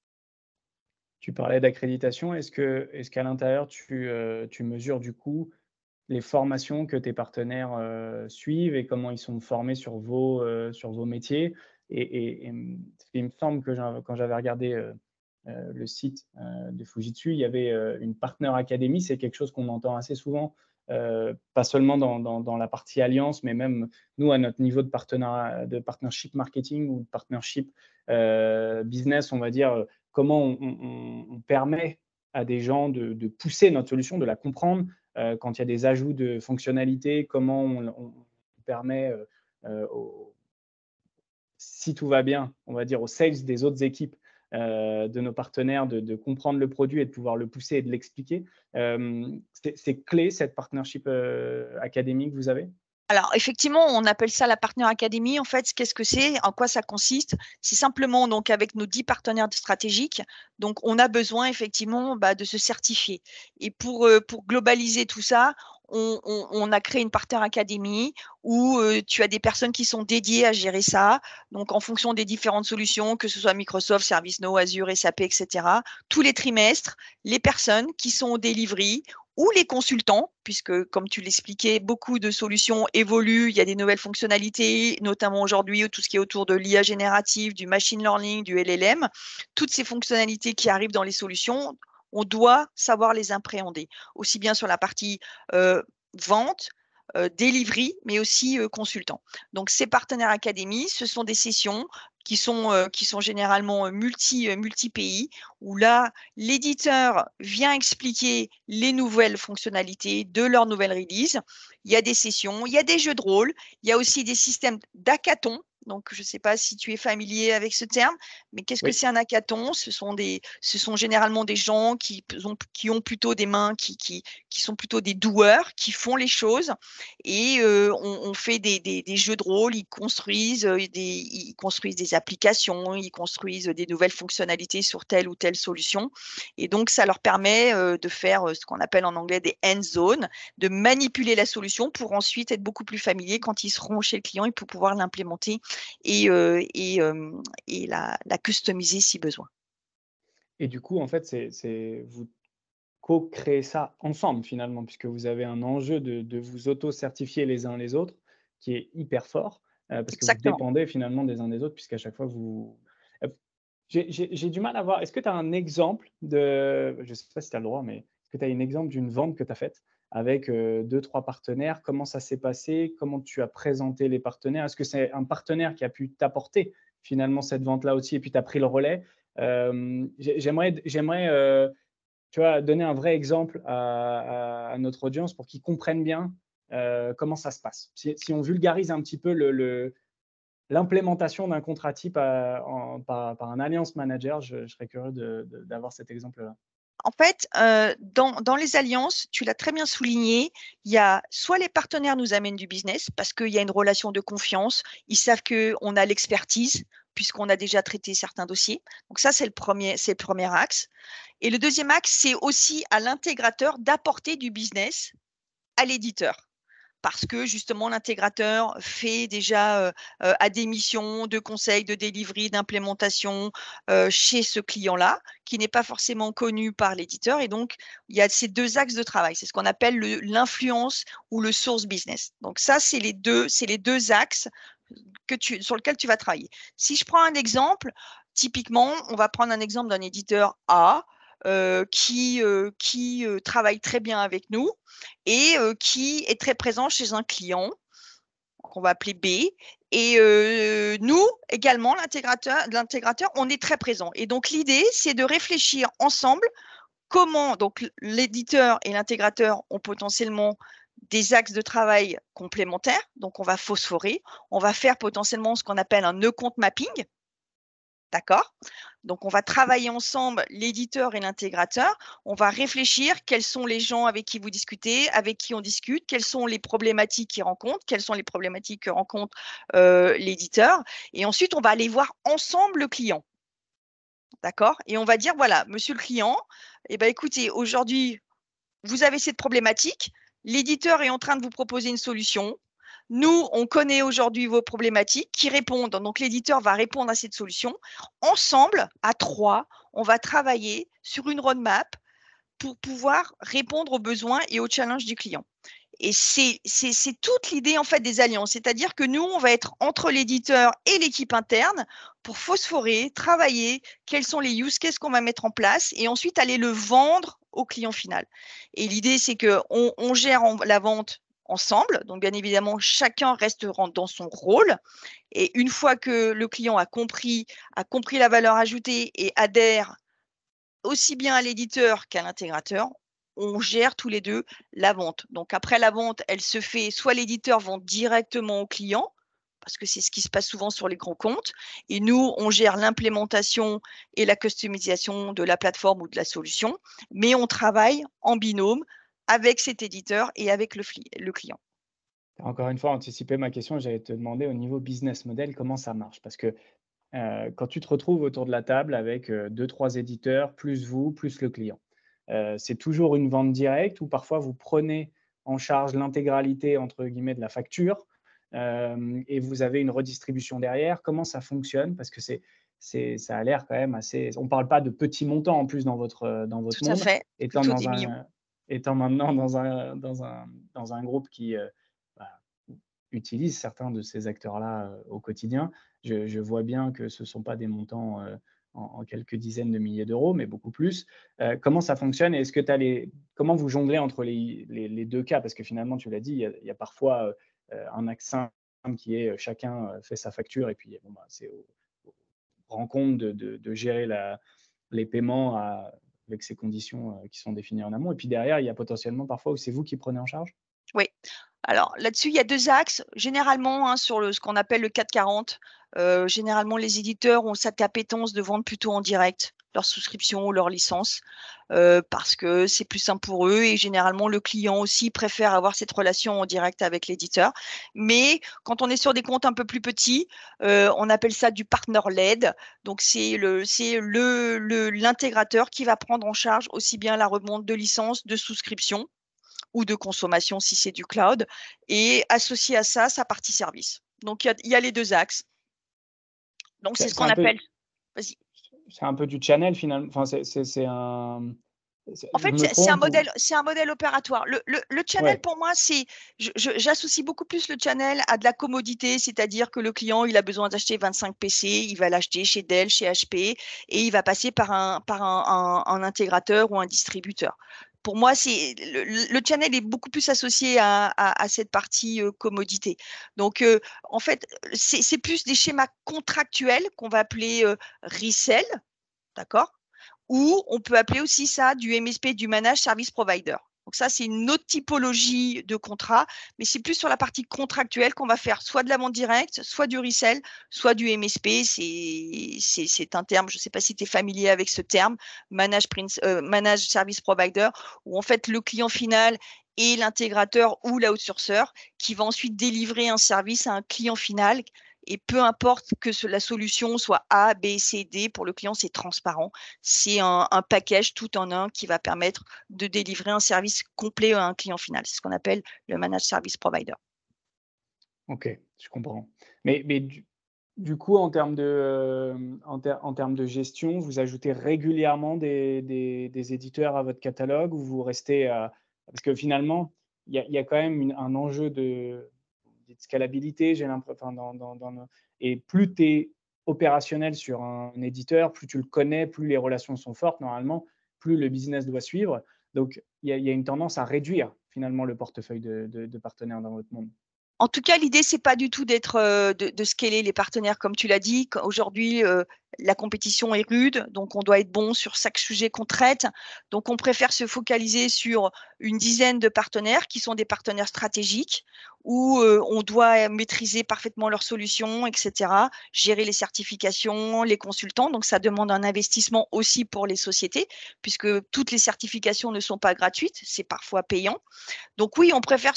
Tu parlais d'accréditation. Est-ce qu'à l'intérieur, tu mesures du coup les formations que tes partenaires suivent et comment ils sont formés sur vos métiers? Il me semble que quand j'avais regardé le site de Fujitsu, il y avait une Partner Academy. C'est quelque chose qu'on entend assez souvent, pas seulement dans la partie alliance, mais même nous, à notre niveau de partnership marketing ou de partnership business, on va dire, comment on permet à des gens de pousser notre solution, de la comprendre, quand il y a des ajouts de fonctionnalités, comment on permet, si tout va bien, on va dire aux sales des autres équipes de nos partenaires de comprendre le produit et de pouvoir le pousser et de l'expliquer. C'est clé cette partnership académique que vous avez? Alors, effectivement, on appelle ça la Partner Academy. En fait, qu'est-ce que c'est? En quoi ça consiste? C'est simplement, donc, avec nos 10 partenaires stratégiques, donc, on a besoin, effectivement, de se certifier. Et pour globaliser tout ça, on a créé une Partner Academy où tu as des personnes qui sont dédiées à gérer ça. Donc, en fonction des différentes solutions, que ce soit Microsoft, ServiceNow, Azure, SAP, etc., tous les trimestres, les personnes qui sont au delivery ou les consultants, puisque comme tu l'expliquais, beaucoup de solutions évoluent, il y a des nouvelles fonctionnalités, notamment aujourd'hui, tout ce qui est autour de l'IA générative, du machine learning, du LLM, toutes ces fonctionnalités qui arrivent dans les solutions, on doit savoir les appréhender, aussi bien sur la partie vente, delivery, mais aussi consultant. Donc, ces partenaires académies, ce sont des sessions qui sont généralement multi-pays, où là, l'éditeur vient expliquer les nouvelles fonctionnalités de leur nouvelle release. Il y a des sessions, il y a des jeux de rôle, il y a aussi des systèmes d'hackathon. Donc, je ne sais pas si tu es familier avec ce terme, mais qu'est-ce que Oui. c'est un hackathon? Ce sont généralement des gens qui ont plutôt des mains, qui sont plutôt des doueurs, qui font les choses. Et on fait des jeux de rôle, ils construisent des applications, ils construisent des nouvelles fonctionnalités sur telle ou telle solution. Et donc, ça leur permet de faire ce qu'on appelle en anglais des hands-on, de manipuler la solution pour ensuite être beaucoup plus familier quand ils seront chez le client et pour pouvoir l'implémenter et la customiser si besoin. Et du coup, en fait, vous co-créez ça ensemble finalement, puisque vous avez un enjeu de vous auto-certifier les uns les autres qui est hyper fort, parce que vous Exactement. dépendez finalement des uns des autres, puisqu'à chaque fois vous j'ai du mal à voir. Est-ce que tu as un exemple de je ne sais pas si tu as le droit, mais est-ce que tu as un exemple d'une vente que tu as faite avec, 2-3 partenaires? Comment ça s'est passé? Comment tu as présenté les partenaires? Est-ce que c'est un partenaire qui a pu t'apporter finalement cette vente-là aussi et puis tu as pris le relais? J'aimerais, tu vois, donner un vrai exemple à notre audience pour qu'ils comprennent bien, comment ça se passe. Si on vulgarise un petit peu l'implémentation d'un contrat type par un alliance manager, je serais curieux d'avoir cet exemple-là. En fait, dans les alliances, tu l'as très bien souligné, il y a soit les partenaires nous amènent du business parce qu'il y a une relation de confiance, ils savent qu'on a l'expertise puisqu'on a déjà traité certains dossiers. Donc ça, c'est le premier axe. Et le deuxième axe, c'est aussi à l'intégrateur d'apporter du business à l'éditeur, parce que justement l'intégrateur fait déjà a des missions de conseil, de delivery, d'implémentation chez ce client-là, qui n'est pas forcément connu par l'éditeur. Et donc, il y a ces deux axes de travail. C'est ce qu'on appelle l'influence ou le source business. Donc ça, c'est les deux axes sur lesquels tu vas travailler. Si je prends un exemple, typiquement, on va prendre un exemple d'un éditeur A qui travaille très bien avec nous et qui est très présent chez un client qu'on va appeler B. Et nous, également, l'intégrateur, on est très présent. Et donc, l'idée, c'est de réfléchir ensemble comment donc l'éditeur et l'intégrateur ont potentiellement des axes de travail complémentaires. Donc, on va phosphorer. On va faire potentiellement ce qu'on appelle un nœud compte mapping. D'accord? Donc, on va travailler ensemble, l'éditeur et l'intégrateur. On va réfléchir quels sont les gens avec qui vous discutez, avec qui on discute, quelles sont les problématiques qu'ils rencontrent, quelles sont les problématiques que rencontre l'éditeur. Et ensuite, on va aller voir ensemble le client. D'accord? Et on va dire, voilà, monsieur le client, eh ben, écoutez, aujourd'hui, vous avez cette problématique. L'éditeur est en train de vous proposer une solution. Nous, on connaît aujourd'hui vos problématiques qui répondent. Donc, l'éditeur va répondre à cette solution. Ensemble, à trois, on va travailler sur une roadmap pour pouvoir répondre aux besoins et aux challenges du client. Et c'est toute l'idée en fait des alliances, c'est-à-dire que nous, on va être entre l'éditeur et l'équipe interne pour phosphorer, travailler, quels sont les use cases qu'on va mettre en place et ensuite aller le vendre au client final. Et l'idée, c'est qu'on gère la vente ensemble, donc bien évidemment, chacun reste dans son rôle. Et une fois que le client a compris la valeur ajoutée et adhère aussi bien à l'éditeur qu'à l'intégrateur, on gère tous les deux la vente. Donc après la vente, elle se fait, soit l'éditeur vend directement au client, parce que c'est ce qui se passe souvent sur les grands comptes, et nous, on gère l'implémentation et la customisation de la plateforme ou de la solution, mais on travaille en binôme avec cet éditeur et avec le client. Encore une fois, anticiper ma question, j'allais te demander au niveau business model, comment ça marche? Parce que quand tu te retrouves autour de la table avec 2-3 éditeurs, plus vous, plus le client, c'est toujours une vente directe ou parfois vous prenez en charge l'intégralité, entre guillemets, de la facture et vous avez une redistribution derrière? Comment ça fonctionne? Parce que ça a l'air quand même assez. On ne parle pas de petits montants en plus dans votre Tout à monde, fait, étant plutôt dans des millions. un, étant maintenant dans un groupe qui bah, utilise certains de ces acteurs-là au quotidien. Je vois bien que ce ne sont pas des montants en quelques dizaines de milliers d'euros, mais beaucoup plus. Comment ça fonctionne et est-ce que tu as comment vous jonglez entre les deux cas? Parce que finalement, tu l'as dit, il y a parfois un axe simple qui est chacun fait sa facture et puis bon, bah, c'est au grand compte de gérer les paiements avec ces conditions qui sont définies en amont. Et puis derrière, il y a potentiellement parfois où c'est vous qui prenez en charge? Oui. Alors là-dessus, il y a 2 axes. Généralement, hein, sur ce qu'on appelle le 440, généralement les éditeurs ont cette appétence de vendre plutôt en direct leurs souscriptions ou leurs licences, parce que c'est plus simple pour eux et généralement le client aussi préfère avoir cette relation en direct avec l'éditeur. Mais quand on est sur des comptes un peu plus petits, on appelle ça du partner led. Donc c'est l'intégrateur qui va prendre en charge aussi bien la remonte de licences, de souscriptions ou de consommation si c'est du cloud, et associé à ça, sa partie service. Donc, il y a les 2 axes. Donc, c'est C'est ce c'est qu'on un peu appelle, vas-y. c'est un peu du channel finalement. Enfin, En je fait, me trompe ou? c'est un modèle opératoire. Le channel, Ouais, pour moi, j'associe beaucoup plus le channel à de la commodité, c'est-à-dire que le client, il a besoin d'acheter 25 PC, il va l'acheter chez Dell, chez HP, et il va passer par un intégrateur ou un distributeur. Pour moi, le channel est beaucoup plus associé à cette partie commodité. Donc, en fait, c'est plus des schémas contractuels qu'on va appeler resell, d'accord? Ou on peut appeler aussi ça du MSP, du Managed Service Provider. Donc ça, c'est une autre typologie de contrat, mais c'est plus sur la partie contractuelle qu'on va faire soit de la vente directe, soit du resell, soit du MSP. C'est un terme, je ne sais pas si tu es familier avec ce terme, Managed Service Provider, où en fait le client final est l'intégrateur ou l'outsourceur qui va ensuite délivrer un service à un client final. Et peu importe que la solution soit A, B, C, D, pour le client, c'est transparent. C'est un package tout en un qui va permettre de délivrer un service complet à un client final. C'est ce qu'on appelle le Managed Service Provider. OK, je comprends. Mais du coup, en termes de gestion, vous ajoutez régulièrement des éditeurs à votre catalogue ou vous restez à parce que finalement, il y a quand même un enjeu de scalabilité, j'ai l'impression, enfin, dans nos et plus tu es opérationnel sur un éditeur, plus tu le connais, plus les relations sont fortes normalement, plus le business doit suivre. Donc il y a une tendance à réduire finalement le portefeuille de partenaires dans votre monde. En tout cas, l'idée, c'est pas du tout de scaler les partenaires, comme tu l'as dit. Aujourd'hui, la compétition est rude, donc on doit être bon sur chaque sujet qu'on traite. Donc, on préfère se focaliser sur une dizaine de partenaires qui sont des partenaires stratégiques où on doit maîtriser parfaitement leurs solutions, etc., gérer les certifications, les consultants. Donc, ça demande un investissement aussi pour les sociétés, puisque toutes les certifications ne sont pas gratuites, c'est parfois payant. Donc oui, on préfère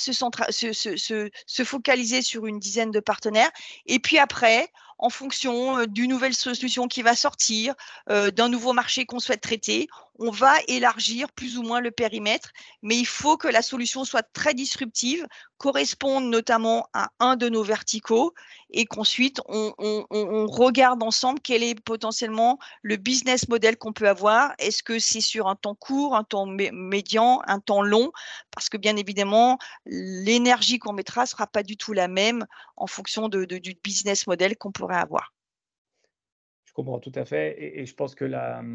se focaliser sur une dizaine de partenaires. Et puis après, en fonction d'une nouvelle solution qui va sortir, d'un nouveau marché qu'on souhaite traiter, on va élargir plus ou moins le périmètre. Mais il faut que la solution soit très disruptive, corresponde notamment à un de nos verticaux et qu'ensuite on regarde ensemble quel est potentiellement le business model qu'on peut avoir. Est-ce que c'est sur un temps court, un temps médian, un temps long? Parce que bien évidemment, l'énergie qu'on mettra ne sera pas du tout la même en fonction du business model qu'on pourrait avoir. Je comprends tout à fait et je pense que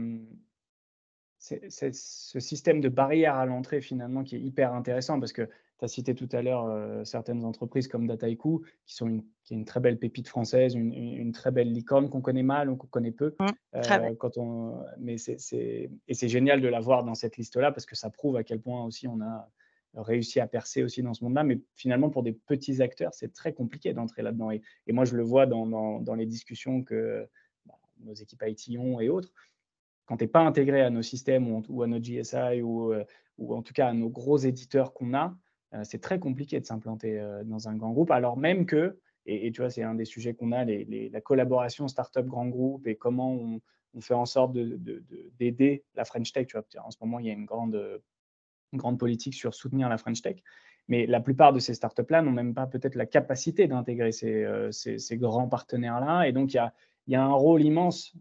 c'est ce système de barrière à l'entrée finalement qui est hyper intéressant parce que tu as cité tout à l'heure, certaines entreprises comme Dataiku qui est une très belle pépite française, une très belle licorne qu'on connaît mal ou qu'on connaît peu, Très vrai. mais c'est génial de l'avoir dans cette liste-là parce que ça prouve à quel point aussi on a réussi à percer aussi dans ce monde-là. Mais finalement pour des petits acteurs, c'est très compliqué d'entrer là-dedans et moi je le vois dans les discussions que, bah, nos équipes IT ont et autres quand tu es pas intégré à nos systèmes ou à notre GSI ou en tout cas à nos gros éditeurs qu'on a, c'est très compliqué de s'implanter dans un grand groupe, alors même que, et tu vois, c'est un des sujets qu'on a, la collaboration start-up grand groupe et comment on fait en sorte d'aider la French Tech. Tu vois, en ce moment, il y a une grande politique sur soutenir la French Tech. Mais la plupart de ces startups-là n'ont même pas peut-être la capacité d'intégrer ces grands partenaires-là. Et donc, il y a un rôle immense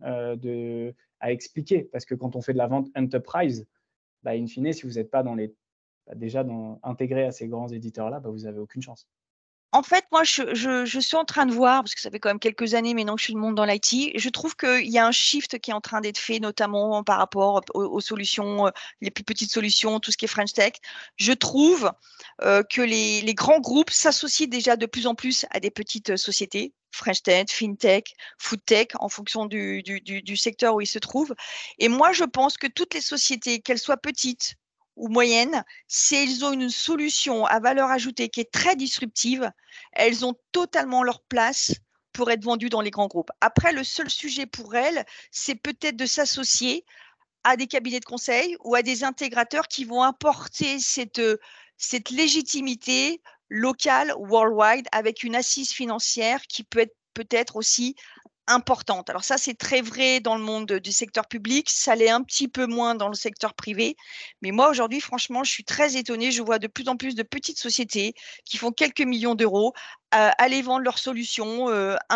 à expliquer. Parce que quand on fait de la vente enterprise, bah, in fine, si vous n'êtes pas déjà intégré à ces grands éditeurs-là, bah, vous n'avez aucune chance. En fait, moi, je suis en train de voir, parce que ça fait quand même quelques années maintenant que je suis le monde dans l'IT, je trouve qu'il y a un shift qui est en train d'être fait, notamment par rapport aux solutions, les plus petites solutions, tout ce qui est French Tech. Je trouve que les grands groupes s'associent déjà de plus en plus à des petites sociétés, French Tech, FinTech, Foodtech, en fonction du secteur où ils se trouvent. Et moi, je pense que toutes les sociétés, qu'elles soient petites ou moyennes, si elles ont une solution à valeur ajoutée qui est très disruptive, elles ont totalement leur place pour être vendues dans les grands groupes. Après, le seul sujet pour elles, c'est peut-être de s'associer à des cabinets de conseil ou à des intégrateurs qui vont apporter cette légitimité locale, worldwide, avec une assise financière qui peut être peut-être aussi importante. Alors ça, c'est très vrai dans le monde du secteur public, ça l'est un petit peu moins dans le secteur privé. Mais moi, aujourd'hui, franchement, je suis très étonnée. Je vois de plus en plus de petites sociétés qui font quelques millions d'euros aller vendre leurs solutions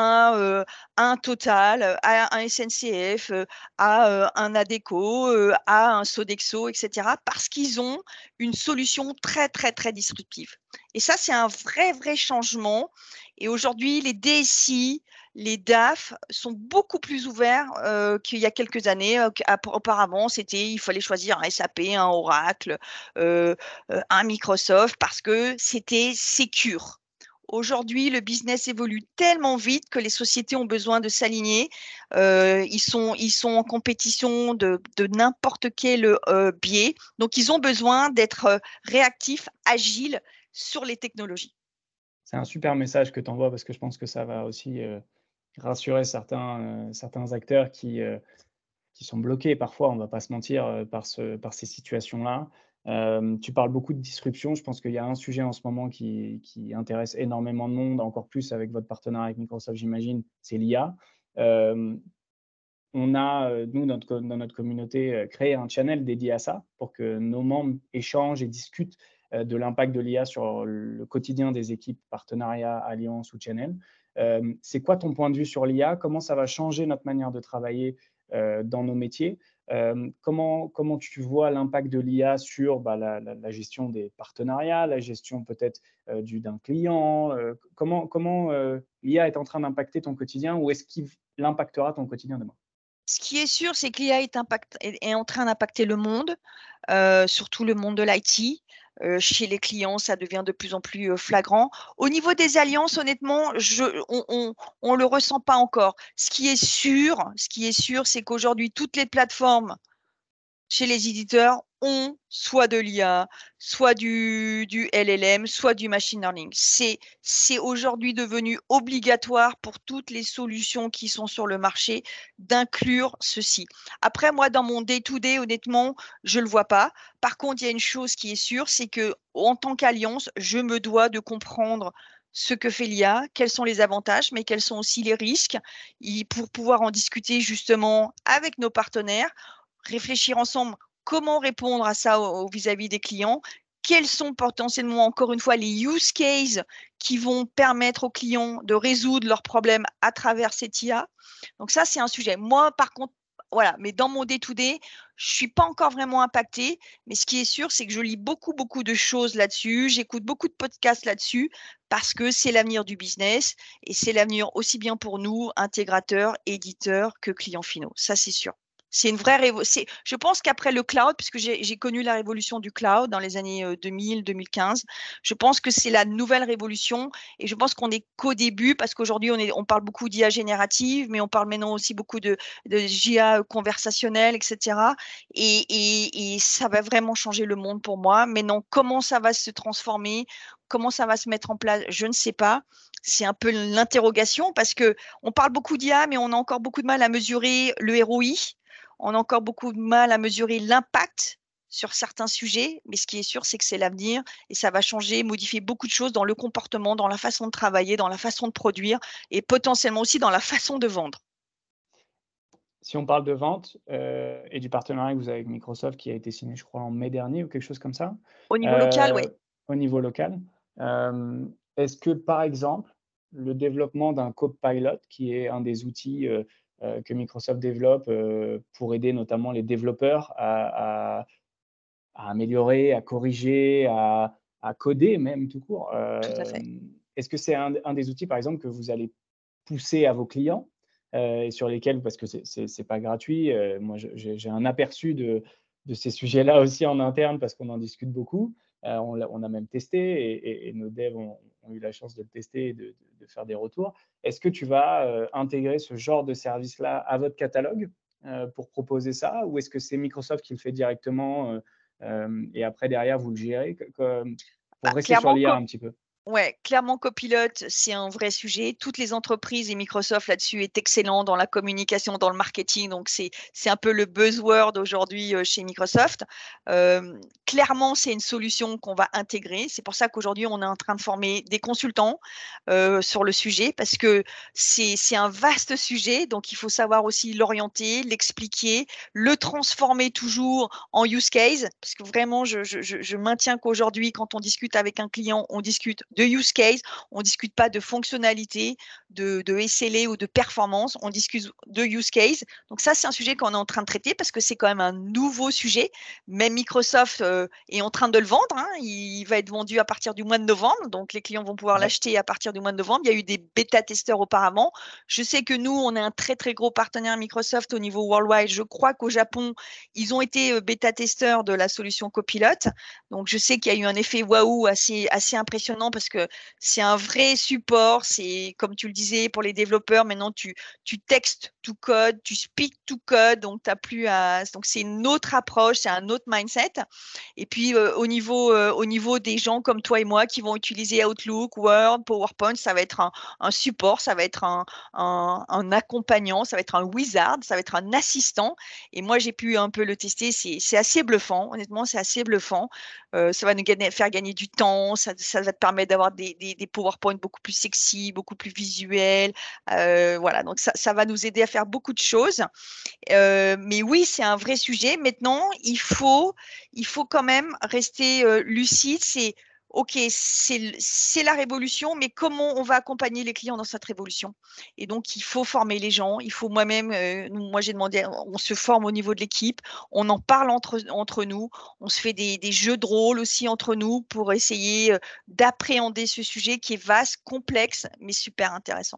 à un Total, à un SNCF, à un Adecco, à un Sodexo, etc. Parce qu'ils ont une solution très, très, très disruptive. Et ça, c'est un vrai, vrai changement. Et aujourd'hui, les DSI, les DAF sont beaucoup plus ouverts qu'il y a quelques années. Auparavant, il fallait choisir un SAP, un Oracle, un Microsoft parce que c'était sécure. Aujourd'hui, le business évolue tellement vite que les sociétés ont besoin de s'aligner. Ils sont en compétition de n'importe quel biais. Donc, ils ont besoin d'être réactifs, agiles sur les technologies. C'est un super message que tu envoies parce que je pense que ça va aussi rassurer certains acteurs qui sont bloqués parfois, on ne va pas se mentir, par ces situations-là. Tu parles beaucoup de disruption. Je pense qu'il y a un sujet en ce moment qui intéresse énormément de monde, encore plus avec votre partenariat avec Microsoft, j'imagine, c'est l'IA. On a, nous, dans notre communauté, créé un channel dédié à ça pour que nos membres échangent et discutent de l'impact de l'IA sur le quotidien des équipes partenariat, alliance ou channel. C'est quoi ton point de vue sur l'IA? Comment ça va changer notre manière de travailler dans nos métiers? Comment tu vois l'impact de l'IA sur la gestion des partenariats, la gestion peut-être d'un client? Comment l'IA est en train d'impacter ton quotidien ou est-ce qu'il impactera ton quotidien demain? Ce qui est sûr, c'est que l'IA est en train d'impacter le monde, surtout le monde de l'IT. Chez les clients, ça devient de plus en plus flagrant. Au niveau des alliances, honnêtement, on le ressent pas encore. Ce qui est sûr, c'est qu'aujourd'hui, toutes les plateformes chez les éditeurs ont soit de l'IA, soit du LLM, soit du machine learning. C'est aujourd'hui devenu obligatoire pour toutes les solutions qui sont sur le marché d'inclure ceci. Après, moi, dans mon day-to-day, honnêtement, je ne le vois pas. Par contre, il y a une chose qui est sûre, c'est que en tant qu'alliance, je me dois de comprendre ce que fait l'IA, quels sont les avantages, mais quels sont aussi les risques, pour pouvoir en discuter justement avec nos partenaires, réfléchir ensemble comment répondre à ça vis-à-vis des clients, quels sont potentiellement, encore une fois, les use cases qui vont permettre aux clients de résoudre leurs problèmes à travers cette IA. Donc ça, c'est un sujet. Moi, par contre, voilà, mais dans mon day-to-day, je ne suis pas encore vraiment impactée, mais ce qui est sûr, c'est que je lis beaucoup, beaucoup de choses là-dessus, j'écoute beaucoup de podcasts là-dessus, parce que c'est l'avenir du business et c'est l'avenir aussi bien pour nous, intégrateurs, éditeurs, que clients finaux. Ça, c'est sûr. C'est une vraie révolution. Je pense qu'après le cloud, puisque j'ai connu la révolution du cloud dans les années 2000-2015, je pense que c'est la nouvelle révolution et je pense qu'on n'est qu'au début parce qu'aujourd'hui, on parle beaucoup d'IA générative, mais on parle maintenant aussi beaucoup de JA conversationnelle, etc. Et ça va vraiment changer le monde pour moi. Mais non, comment ça va se transformer, comment ça va se mettre en place, je ne sais pas. C'est un peu l'interrogation parce qu'on parle beaucoup d'IA, mais on a encore beaucoup de mal à mesurer le ROI. On a encore beaucoup de mal à mesurer l'impact sur certains sujets, mais ce qui est sûr, c'est que c'est l'avenir et ça va changer, modifier beaucoup de choses dans le comportement, dans la façon de travailler, dans la façon de produire et potentiellement aussi dans la façon de vendre. Si on parle de vente, et du partenariat que vous avez avec Microsoft qui a été signé, je crois, en mai dernier ou quelque chose comme ça, Au niveau local, oui. heu, au niveau local, est-ce que, par exemple, le développement d'un Copilot, qui est un des outils, que Microsoft développe, pour aider notamment les développeurs à améliorer, à corriger, à coder même tout court, Tout à fait. est-ce que c'est un des outils, par exemple, que vous allez pousser à vos clients, et sur lesquels parce que c'est pas gratuit, moi j'ai un aperçu de ces sujets-là aussi en interne parce qu'on en discute beaucoup. On a même testé et nos devs ont eu la chance de le tester et de faire des retours. Est-ce que tu vas, intégrer ce genre de service-là à votre catalogue, pour proposer ça? Ou est-ce que c'est Microsoft qui le fait directement, et après derrière vous le gérez? Bah, Pour rester sur clairement, l'IA un petit peu. ouais, clairement Copilot, c'est un vrai sujet. Toutes les entreprises et Microsoft là-dessus est excellent dans la communication, dans le marketing. Donc c'est un peu le buzzword aujourd'hui chez Microsoft. Clairement, c'est une solution qu'on va intégrer. C'est pour ça qu'aujourd'hui, on est en train de former des consultants sur le sujet parce que c'est un vaste sujet. Donc il faut savoir aussi l'orienter, l'expliquer, le transformer toujours en use case. Parce que vraiment, je maintiens qu'aujourd'hui, quand on discute avec un client, on discute de use case, on ne discute pas de fonctionnalité, de SLA ou de performance, on discute de use case. Donc ça, c'est un sujet qu'on est en train de traiter parce que c'est quand même un nouveau sujet. Même Microsoft est en train de le vendre, hein. Il va être vendu à partir du mois de novembre, donc les clients vont pouvoir Ouais. l'acheter à partir du mois de novembre. Il y a eu des bêta-testeurs auparavant. Je sais que nous, on est un très, très gros partenaire Microsoft au niveau worldwide. Je crois qu'au Japon, ils ont été bêta-testeurs de la solution Copilot. Donc, je sais qu'il y a eu un effet waouh assez impressionnant parce que c'est un vrai support. C'est, comme tu le disais, pour les développeurs, maintenant, tu textes tout code, tu speak tout code. Donc, t'as plus à, donc, c'est une autre approche, c'est un autre mindset. Et puis, au niveau des gens comme toi et moi qui vont utiliser Outlook, Word, PowerPoint, ça va être un support, ça va être un accompagnant, ça va être un wizard, ça va être un assistant. Et moi, j'ai pu un peu le tester. C'est assez bluffant. Honnêtement, c'est assez bluffant. Ça va nous faire gagner du temps. Ça va te permettre d'avoir des PowerPoint beaucoup plus sexy, beaucoup plus visuels. Voilà. Donc, ça va nous aider à faire beaucoup de choses. Mais oui, c'est un vrai sujet. Maintenant, il faut quand même rester lucide. C'est OK, c'est la révolution, mais comment on va accompagner les clients dans cette révolution? Et donc, il faut former les gens. Il faut moi-même, moi j'ai demandé, on se forme au niveau de l'équipe, on en parle entre nous, on se fait des jeux de rôle aussi entre nous pour essayer d'appréhender ce sujet qui est vaste, complexe, mais super intéressant.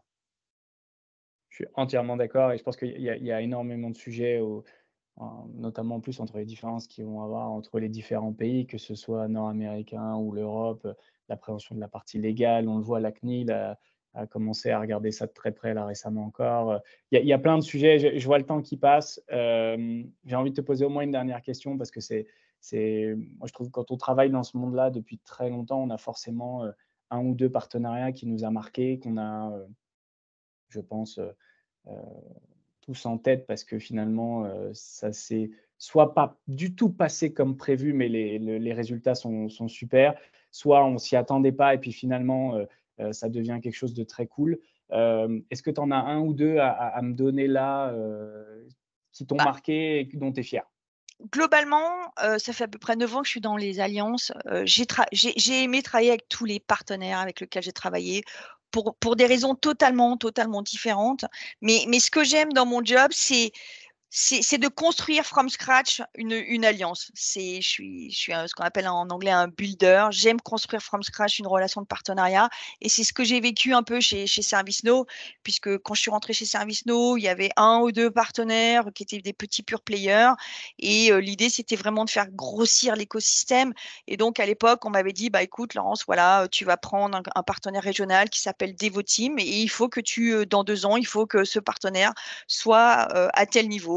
Je suis entièrement d'accord et je pense qu'il y a énormément de sujets notamment en plus entre les différences qu'ils vont avoir entre les différents pays, que ce soit nord-américain ou l'Europe, l'appréhension de la partie légale. On le voit, la CNIL a commencé à regarder ça de très près là récemment encore. Il y a plein de sujets, je vois le temps qui passe. J'ai envie de te poser au moins une dernière question parce que moi je trouve que quand on travaille dans ce monde-là depuis très longtemps, on a forcément un ou deux partenariats qui nous a marqués, qu'on a, je pense, heu, tous en tête parce que finalement, ça s'est soit pas du tout passé comme prévu, mais les résultats sont super, soit on s'y attendait pas et puis finalement, ça devient quelque chose de très cool. Est-ce que tu en as un ou 2 à me donner là, qui t'ont Bah, marqué et dont tu es fier? globalement, ça fait à peu près 9 ans que je suis dans les alliances. J'ai aimé travailler avec tous les partenaires avec lesquels j'ai travaillé pour des raisons totalement différentes. Mais ce que j'aime dans mon job, c'est de construire from scratch une alliance. Je suis ce qu'on appelle en anglais un builder. J'aime construire from scratch une relation de partenariat. Et c'est ce que j'ai vécu un peu chez ServiceNow, puisque quand je suis rentrée chez ServiceNow, il y avait un ou deux partenaires qui étaient des petits pure players. Et l'idée, c'était vraiment de faire grossir l'écosystème. Et donc, à l'époque, on m'avait dit, bah, écoute, Laurence, voilà, tu vas prendre un partenaire régional qui s'appelle Devoteam et il faut que dans 2 ans, il faut que ce partenaire soit à tel niveau.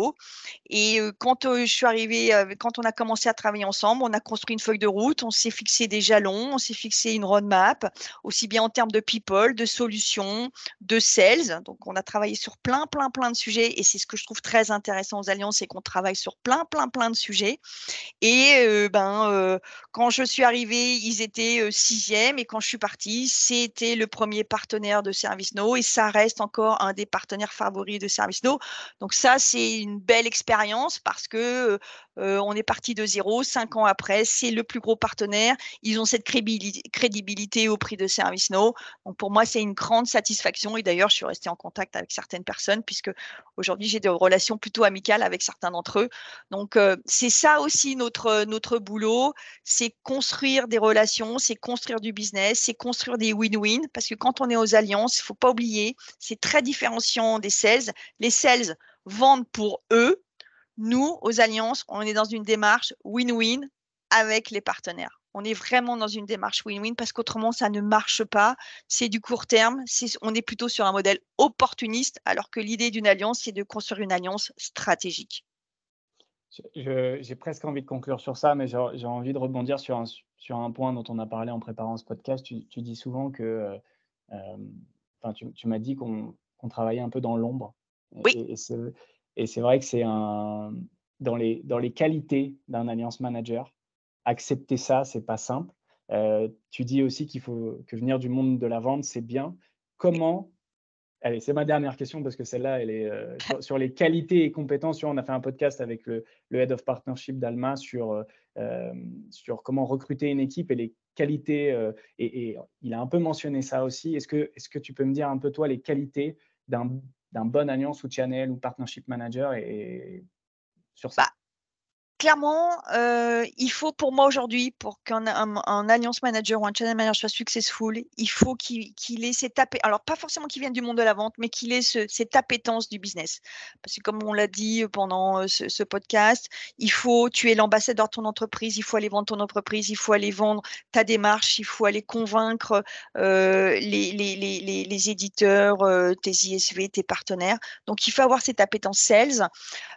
ServiceNow. Et quand on a commencé à travailler ensemble, on a construit une feuille de route, on s'est fixé des jalons, on s'est fixé une roadmap, aussi bien en termes de people, de solutions, de sales. Donc, on a travaillé sur plein de sujets. Et c'est ce que je trouve très intéressant aux alliances, c'est qu'on travaille sur plein de sujets. Et quand je suis arrivée, ils étaient sixième, et quand je suis partie, c'était le premier partenaire de ServiceNow, et ça reste encore un des partenaires favoris de ServiceNow. Donc ça, c'est une belle expérience parce que on est parti de zéro, 5 ans après, c'est le plus gros partenaire. Ils ont cette crédibilité au prix de ServiceNow. Donc pour moi, c'est une grande satisfaction. Et d'ailleurs, je suis restée en contact avec certaines personnes puisque aujourd'hui, j'ai des relations plutôt amicales avec certains d'entre eux. Donc c'est ça aussi notre boulot, c'est construire des relations, c'est construire du business, c'est construire des win-win. Parce que quand on est aux alliances, il ne faut pas oublier, c'est très différenciant des sales. Les sales vendent pour eux. Nous, aux alliances, on est dans une démarche win-win avec les partenaires. On est vraiment dans une démarche win-win parce qu'autrement, ça ne marche pas. C'est du court terme. On est plutôt sur un modèle opportuniste, alors que l'idée d'une alliance, c'est de construire une alliance stratégique. J'ai presque envie de conclure sur ça, mais j'ai envie de rebondir sur un point dont on a parlé en préparant ce podcast. Tu dis souvent que, enfin, tu m'as dit qu'on travaillait un peu dans l'ombre. Oui. Et c'est vrai que c'est dans les qualités d'un alliance manager, accepter ça, c'est pas simple. Tu dis aussi que venir du monde de la vente, c'est bien. Comment Allez, c'est ma dernière question parce que celle-là, elle est sur les qualités et compétences. On a fait un podcast avec le Head of Partnership d'Alma sur comment recruter une équipe et les qualités. Et il a un peu mentionné ça aussi. Est-ce que tu peux me dire un peu, toi, les qualités d'un bon alliance ou channel ou partnership manager et sur ça? Bah, clairement, il faut pour moi aujourd'hui, pour qu'un alliance manager ou un channel manager soit successful, il faut qu'il ait cette alors pas forcément qu'il vienne du monde de la vente, mais qu'il ait cette appétence du business. Parce que comme on l'a dit pendant ce podcast, tu es l'ambassadeur de ton entreprise, il faut aller vendre ton entreprise, il faut aller vendre ta démarche, il faut aller convaincre les éditeurs, tes ISV, tes partenaires. Donc il faut avoir cette appétence sales.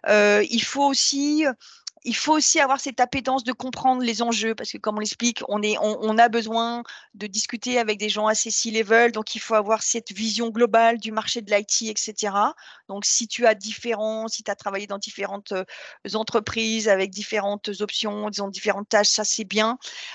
Il faut aussi avoir cette appétence de comprendre les enjeux parce que, comme on l'explique, on a besoin de discuter avec des gens assez C-level. Donc, il faut avoir cette vision globale du marché de l'IT, etc. Donc, si tu as travaillé dans différentes entreprises avec différentes options, disons différentes tâches, ça c'est bien.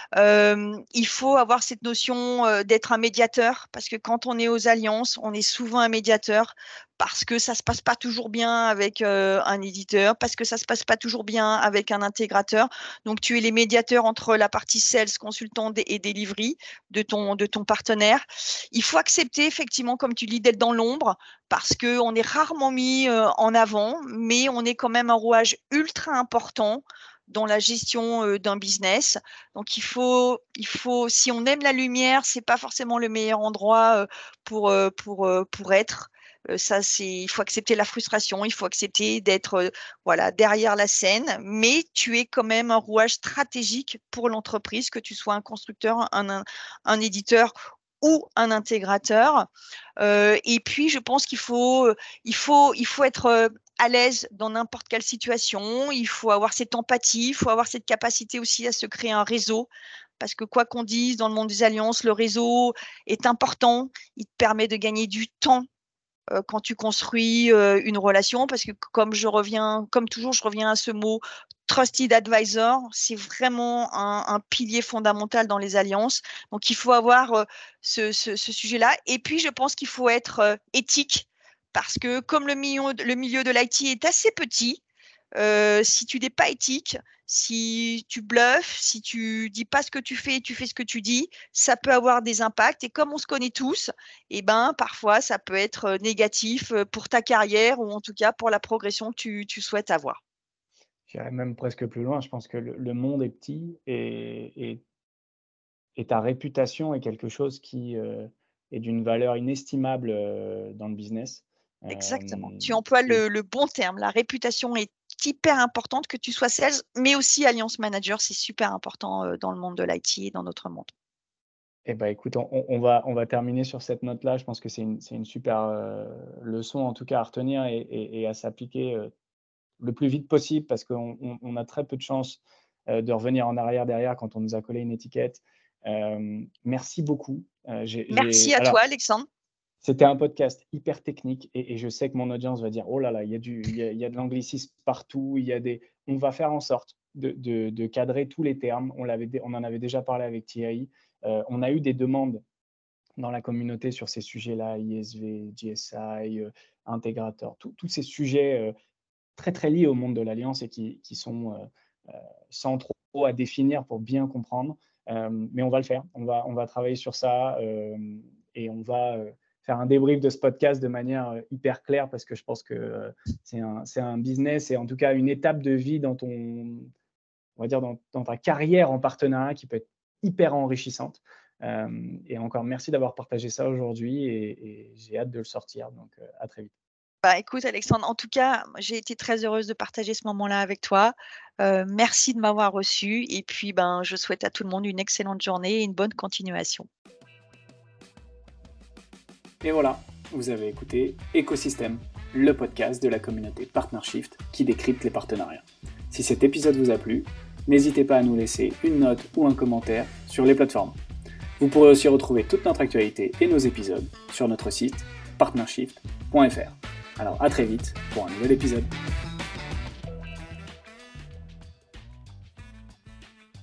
Il faut avoir cette notion d'être un médiateur parce que quand on est aux alliances, on est souvent un médiateur parce que ça se passe pas toujours bien avec un éditeur, parce que ça se passe pas toujours bien avec un intégrateur. Donc, tu es les médiateurs entre la partie sales, consultant et delivery de ton partenaire. Il faut accepter effectivement, comme tu dis, d'être dans l'ombre parce qu'on est rarement mis en avant, mais on est quand même un rouage ultra important dans la gestion d'un business. Donc, si on aime la lumière, c'est pas forcément le meilleur endroit pour être. Il faut accepter la frustration, il faut accepter d'être voilà, derrière la scène, mais tu es quand même un rouage stratégique pour l'entreprise, que tu sois un constructeur, un éditeur ou un intégrateur. Et puis, je pense qu'il faut être à l'aise dans n'importe quelle situation. Il faut avoir cette empathie, il faut avoir cette capacité aussi à se créer un réseau. Parce que quoi qu'on dise dans le monde des alliances, le réseau est important. Il te permet de gagner du temps quand tu construis une relation, parce que comme toujours, je reviens à ce mot trusted advisor, c'est vraiment un pilier fondamental dans les alliances. Donc, il faut avoir ce sujet-là. Et puis, je pense qu'il faut être éthique, parce que comme le milieu de l'IT est assez petit, si tu n'es pas éthique, si tu bluffes, si tu dis pas ce que tu fais ce que tu dis, ça peut avoir des impacts. Et comme on se connaît tous, eh ben, parfois, ça peut être négatif pour ta carrière ou en tout cas pour la progression que tu souhaites avoir. J'irais même presque plus loin. Je pense que le monde est petit et ta réputation est quelque chose qui est d'une valeur inestimable dans le business. Exactement. Euh, Tu emploies et le bon terme. La réputation est hyper importante, que tu sois sales, mais aussi alliance manager, c'est super important dans le monde de l'IT et dans notre monde. Eh ben, écoute, on va terminer sur cette note-là. Je pense que c'est une super leçon, en tout cas, à retenir et à s'appliquer le plus vite possible parce qu'on a très peu de chances de revenir en arrière derrière quand on nous a collé une étiquette. Merci beaucoup. Merci à Alors, toi, Alexandre. c'était un podcast hyper technique et je sais que mon audience va dire: «Oh là là, il y a de l'anglicisme partout, on va faire en sorte de cadrer tous les termes. On en avait déjà parlé avec Thierry. On a eu des demandes dans la communauté sur ces sujets-là, ISV, GSI, intégrateur, tous ces sujets très, très liés au monde de l'alliance et qui sont sans trop à définir pour bien comprendre. Mais on va le faire. On va travailler sur ça et on va faire un débrief de ce podcast de manière hyper claire parce que je pense que c'est un business et en tout cas une étape de vie on va dire dans ta carrière en partenariat qui peut être hyper enrichissante. Et encore merci d'avoir partagé ça aujourd'hui et j'ai hâte de le sortir. Donc à très vite. Bah, écoute, Alexandre, en tout cas, j'ai été très heureuse de partager ce moment-là avec toi. Merci de m'avoir reçue et puis, ben, je souhaite à tout le monde une excellente journée et une bonne continuation. Et voilà, vous avez écouté Écosystème, le podcast de la communauté PartnerShift qui décrypte les partenariats. Si cet épisode vous a plu, n'hésitez pas à nous laisser une note ou un commentaire sur les plateformes. Vous pourrez aussi retrouver toute notre actualité et nos épisodes sur notre site partnershift.fr. Alors à très vite pour un nouvel épisode.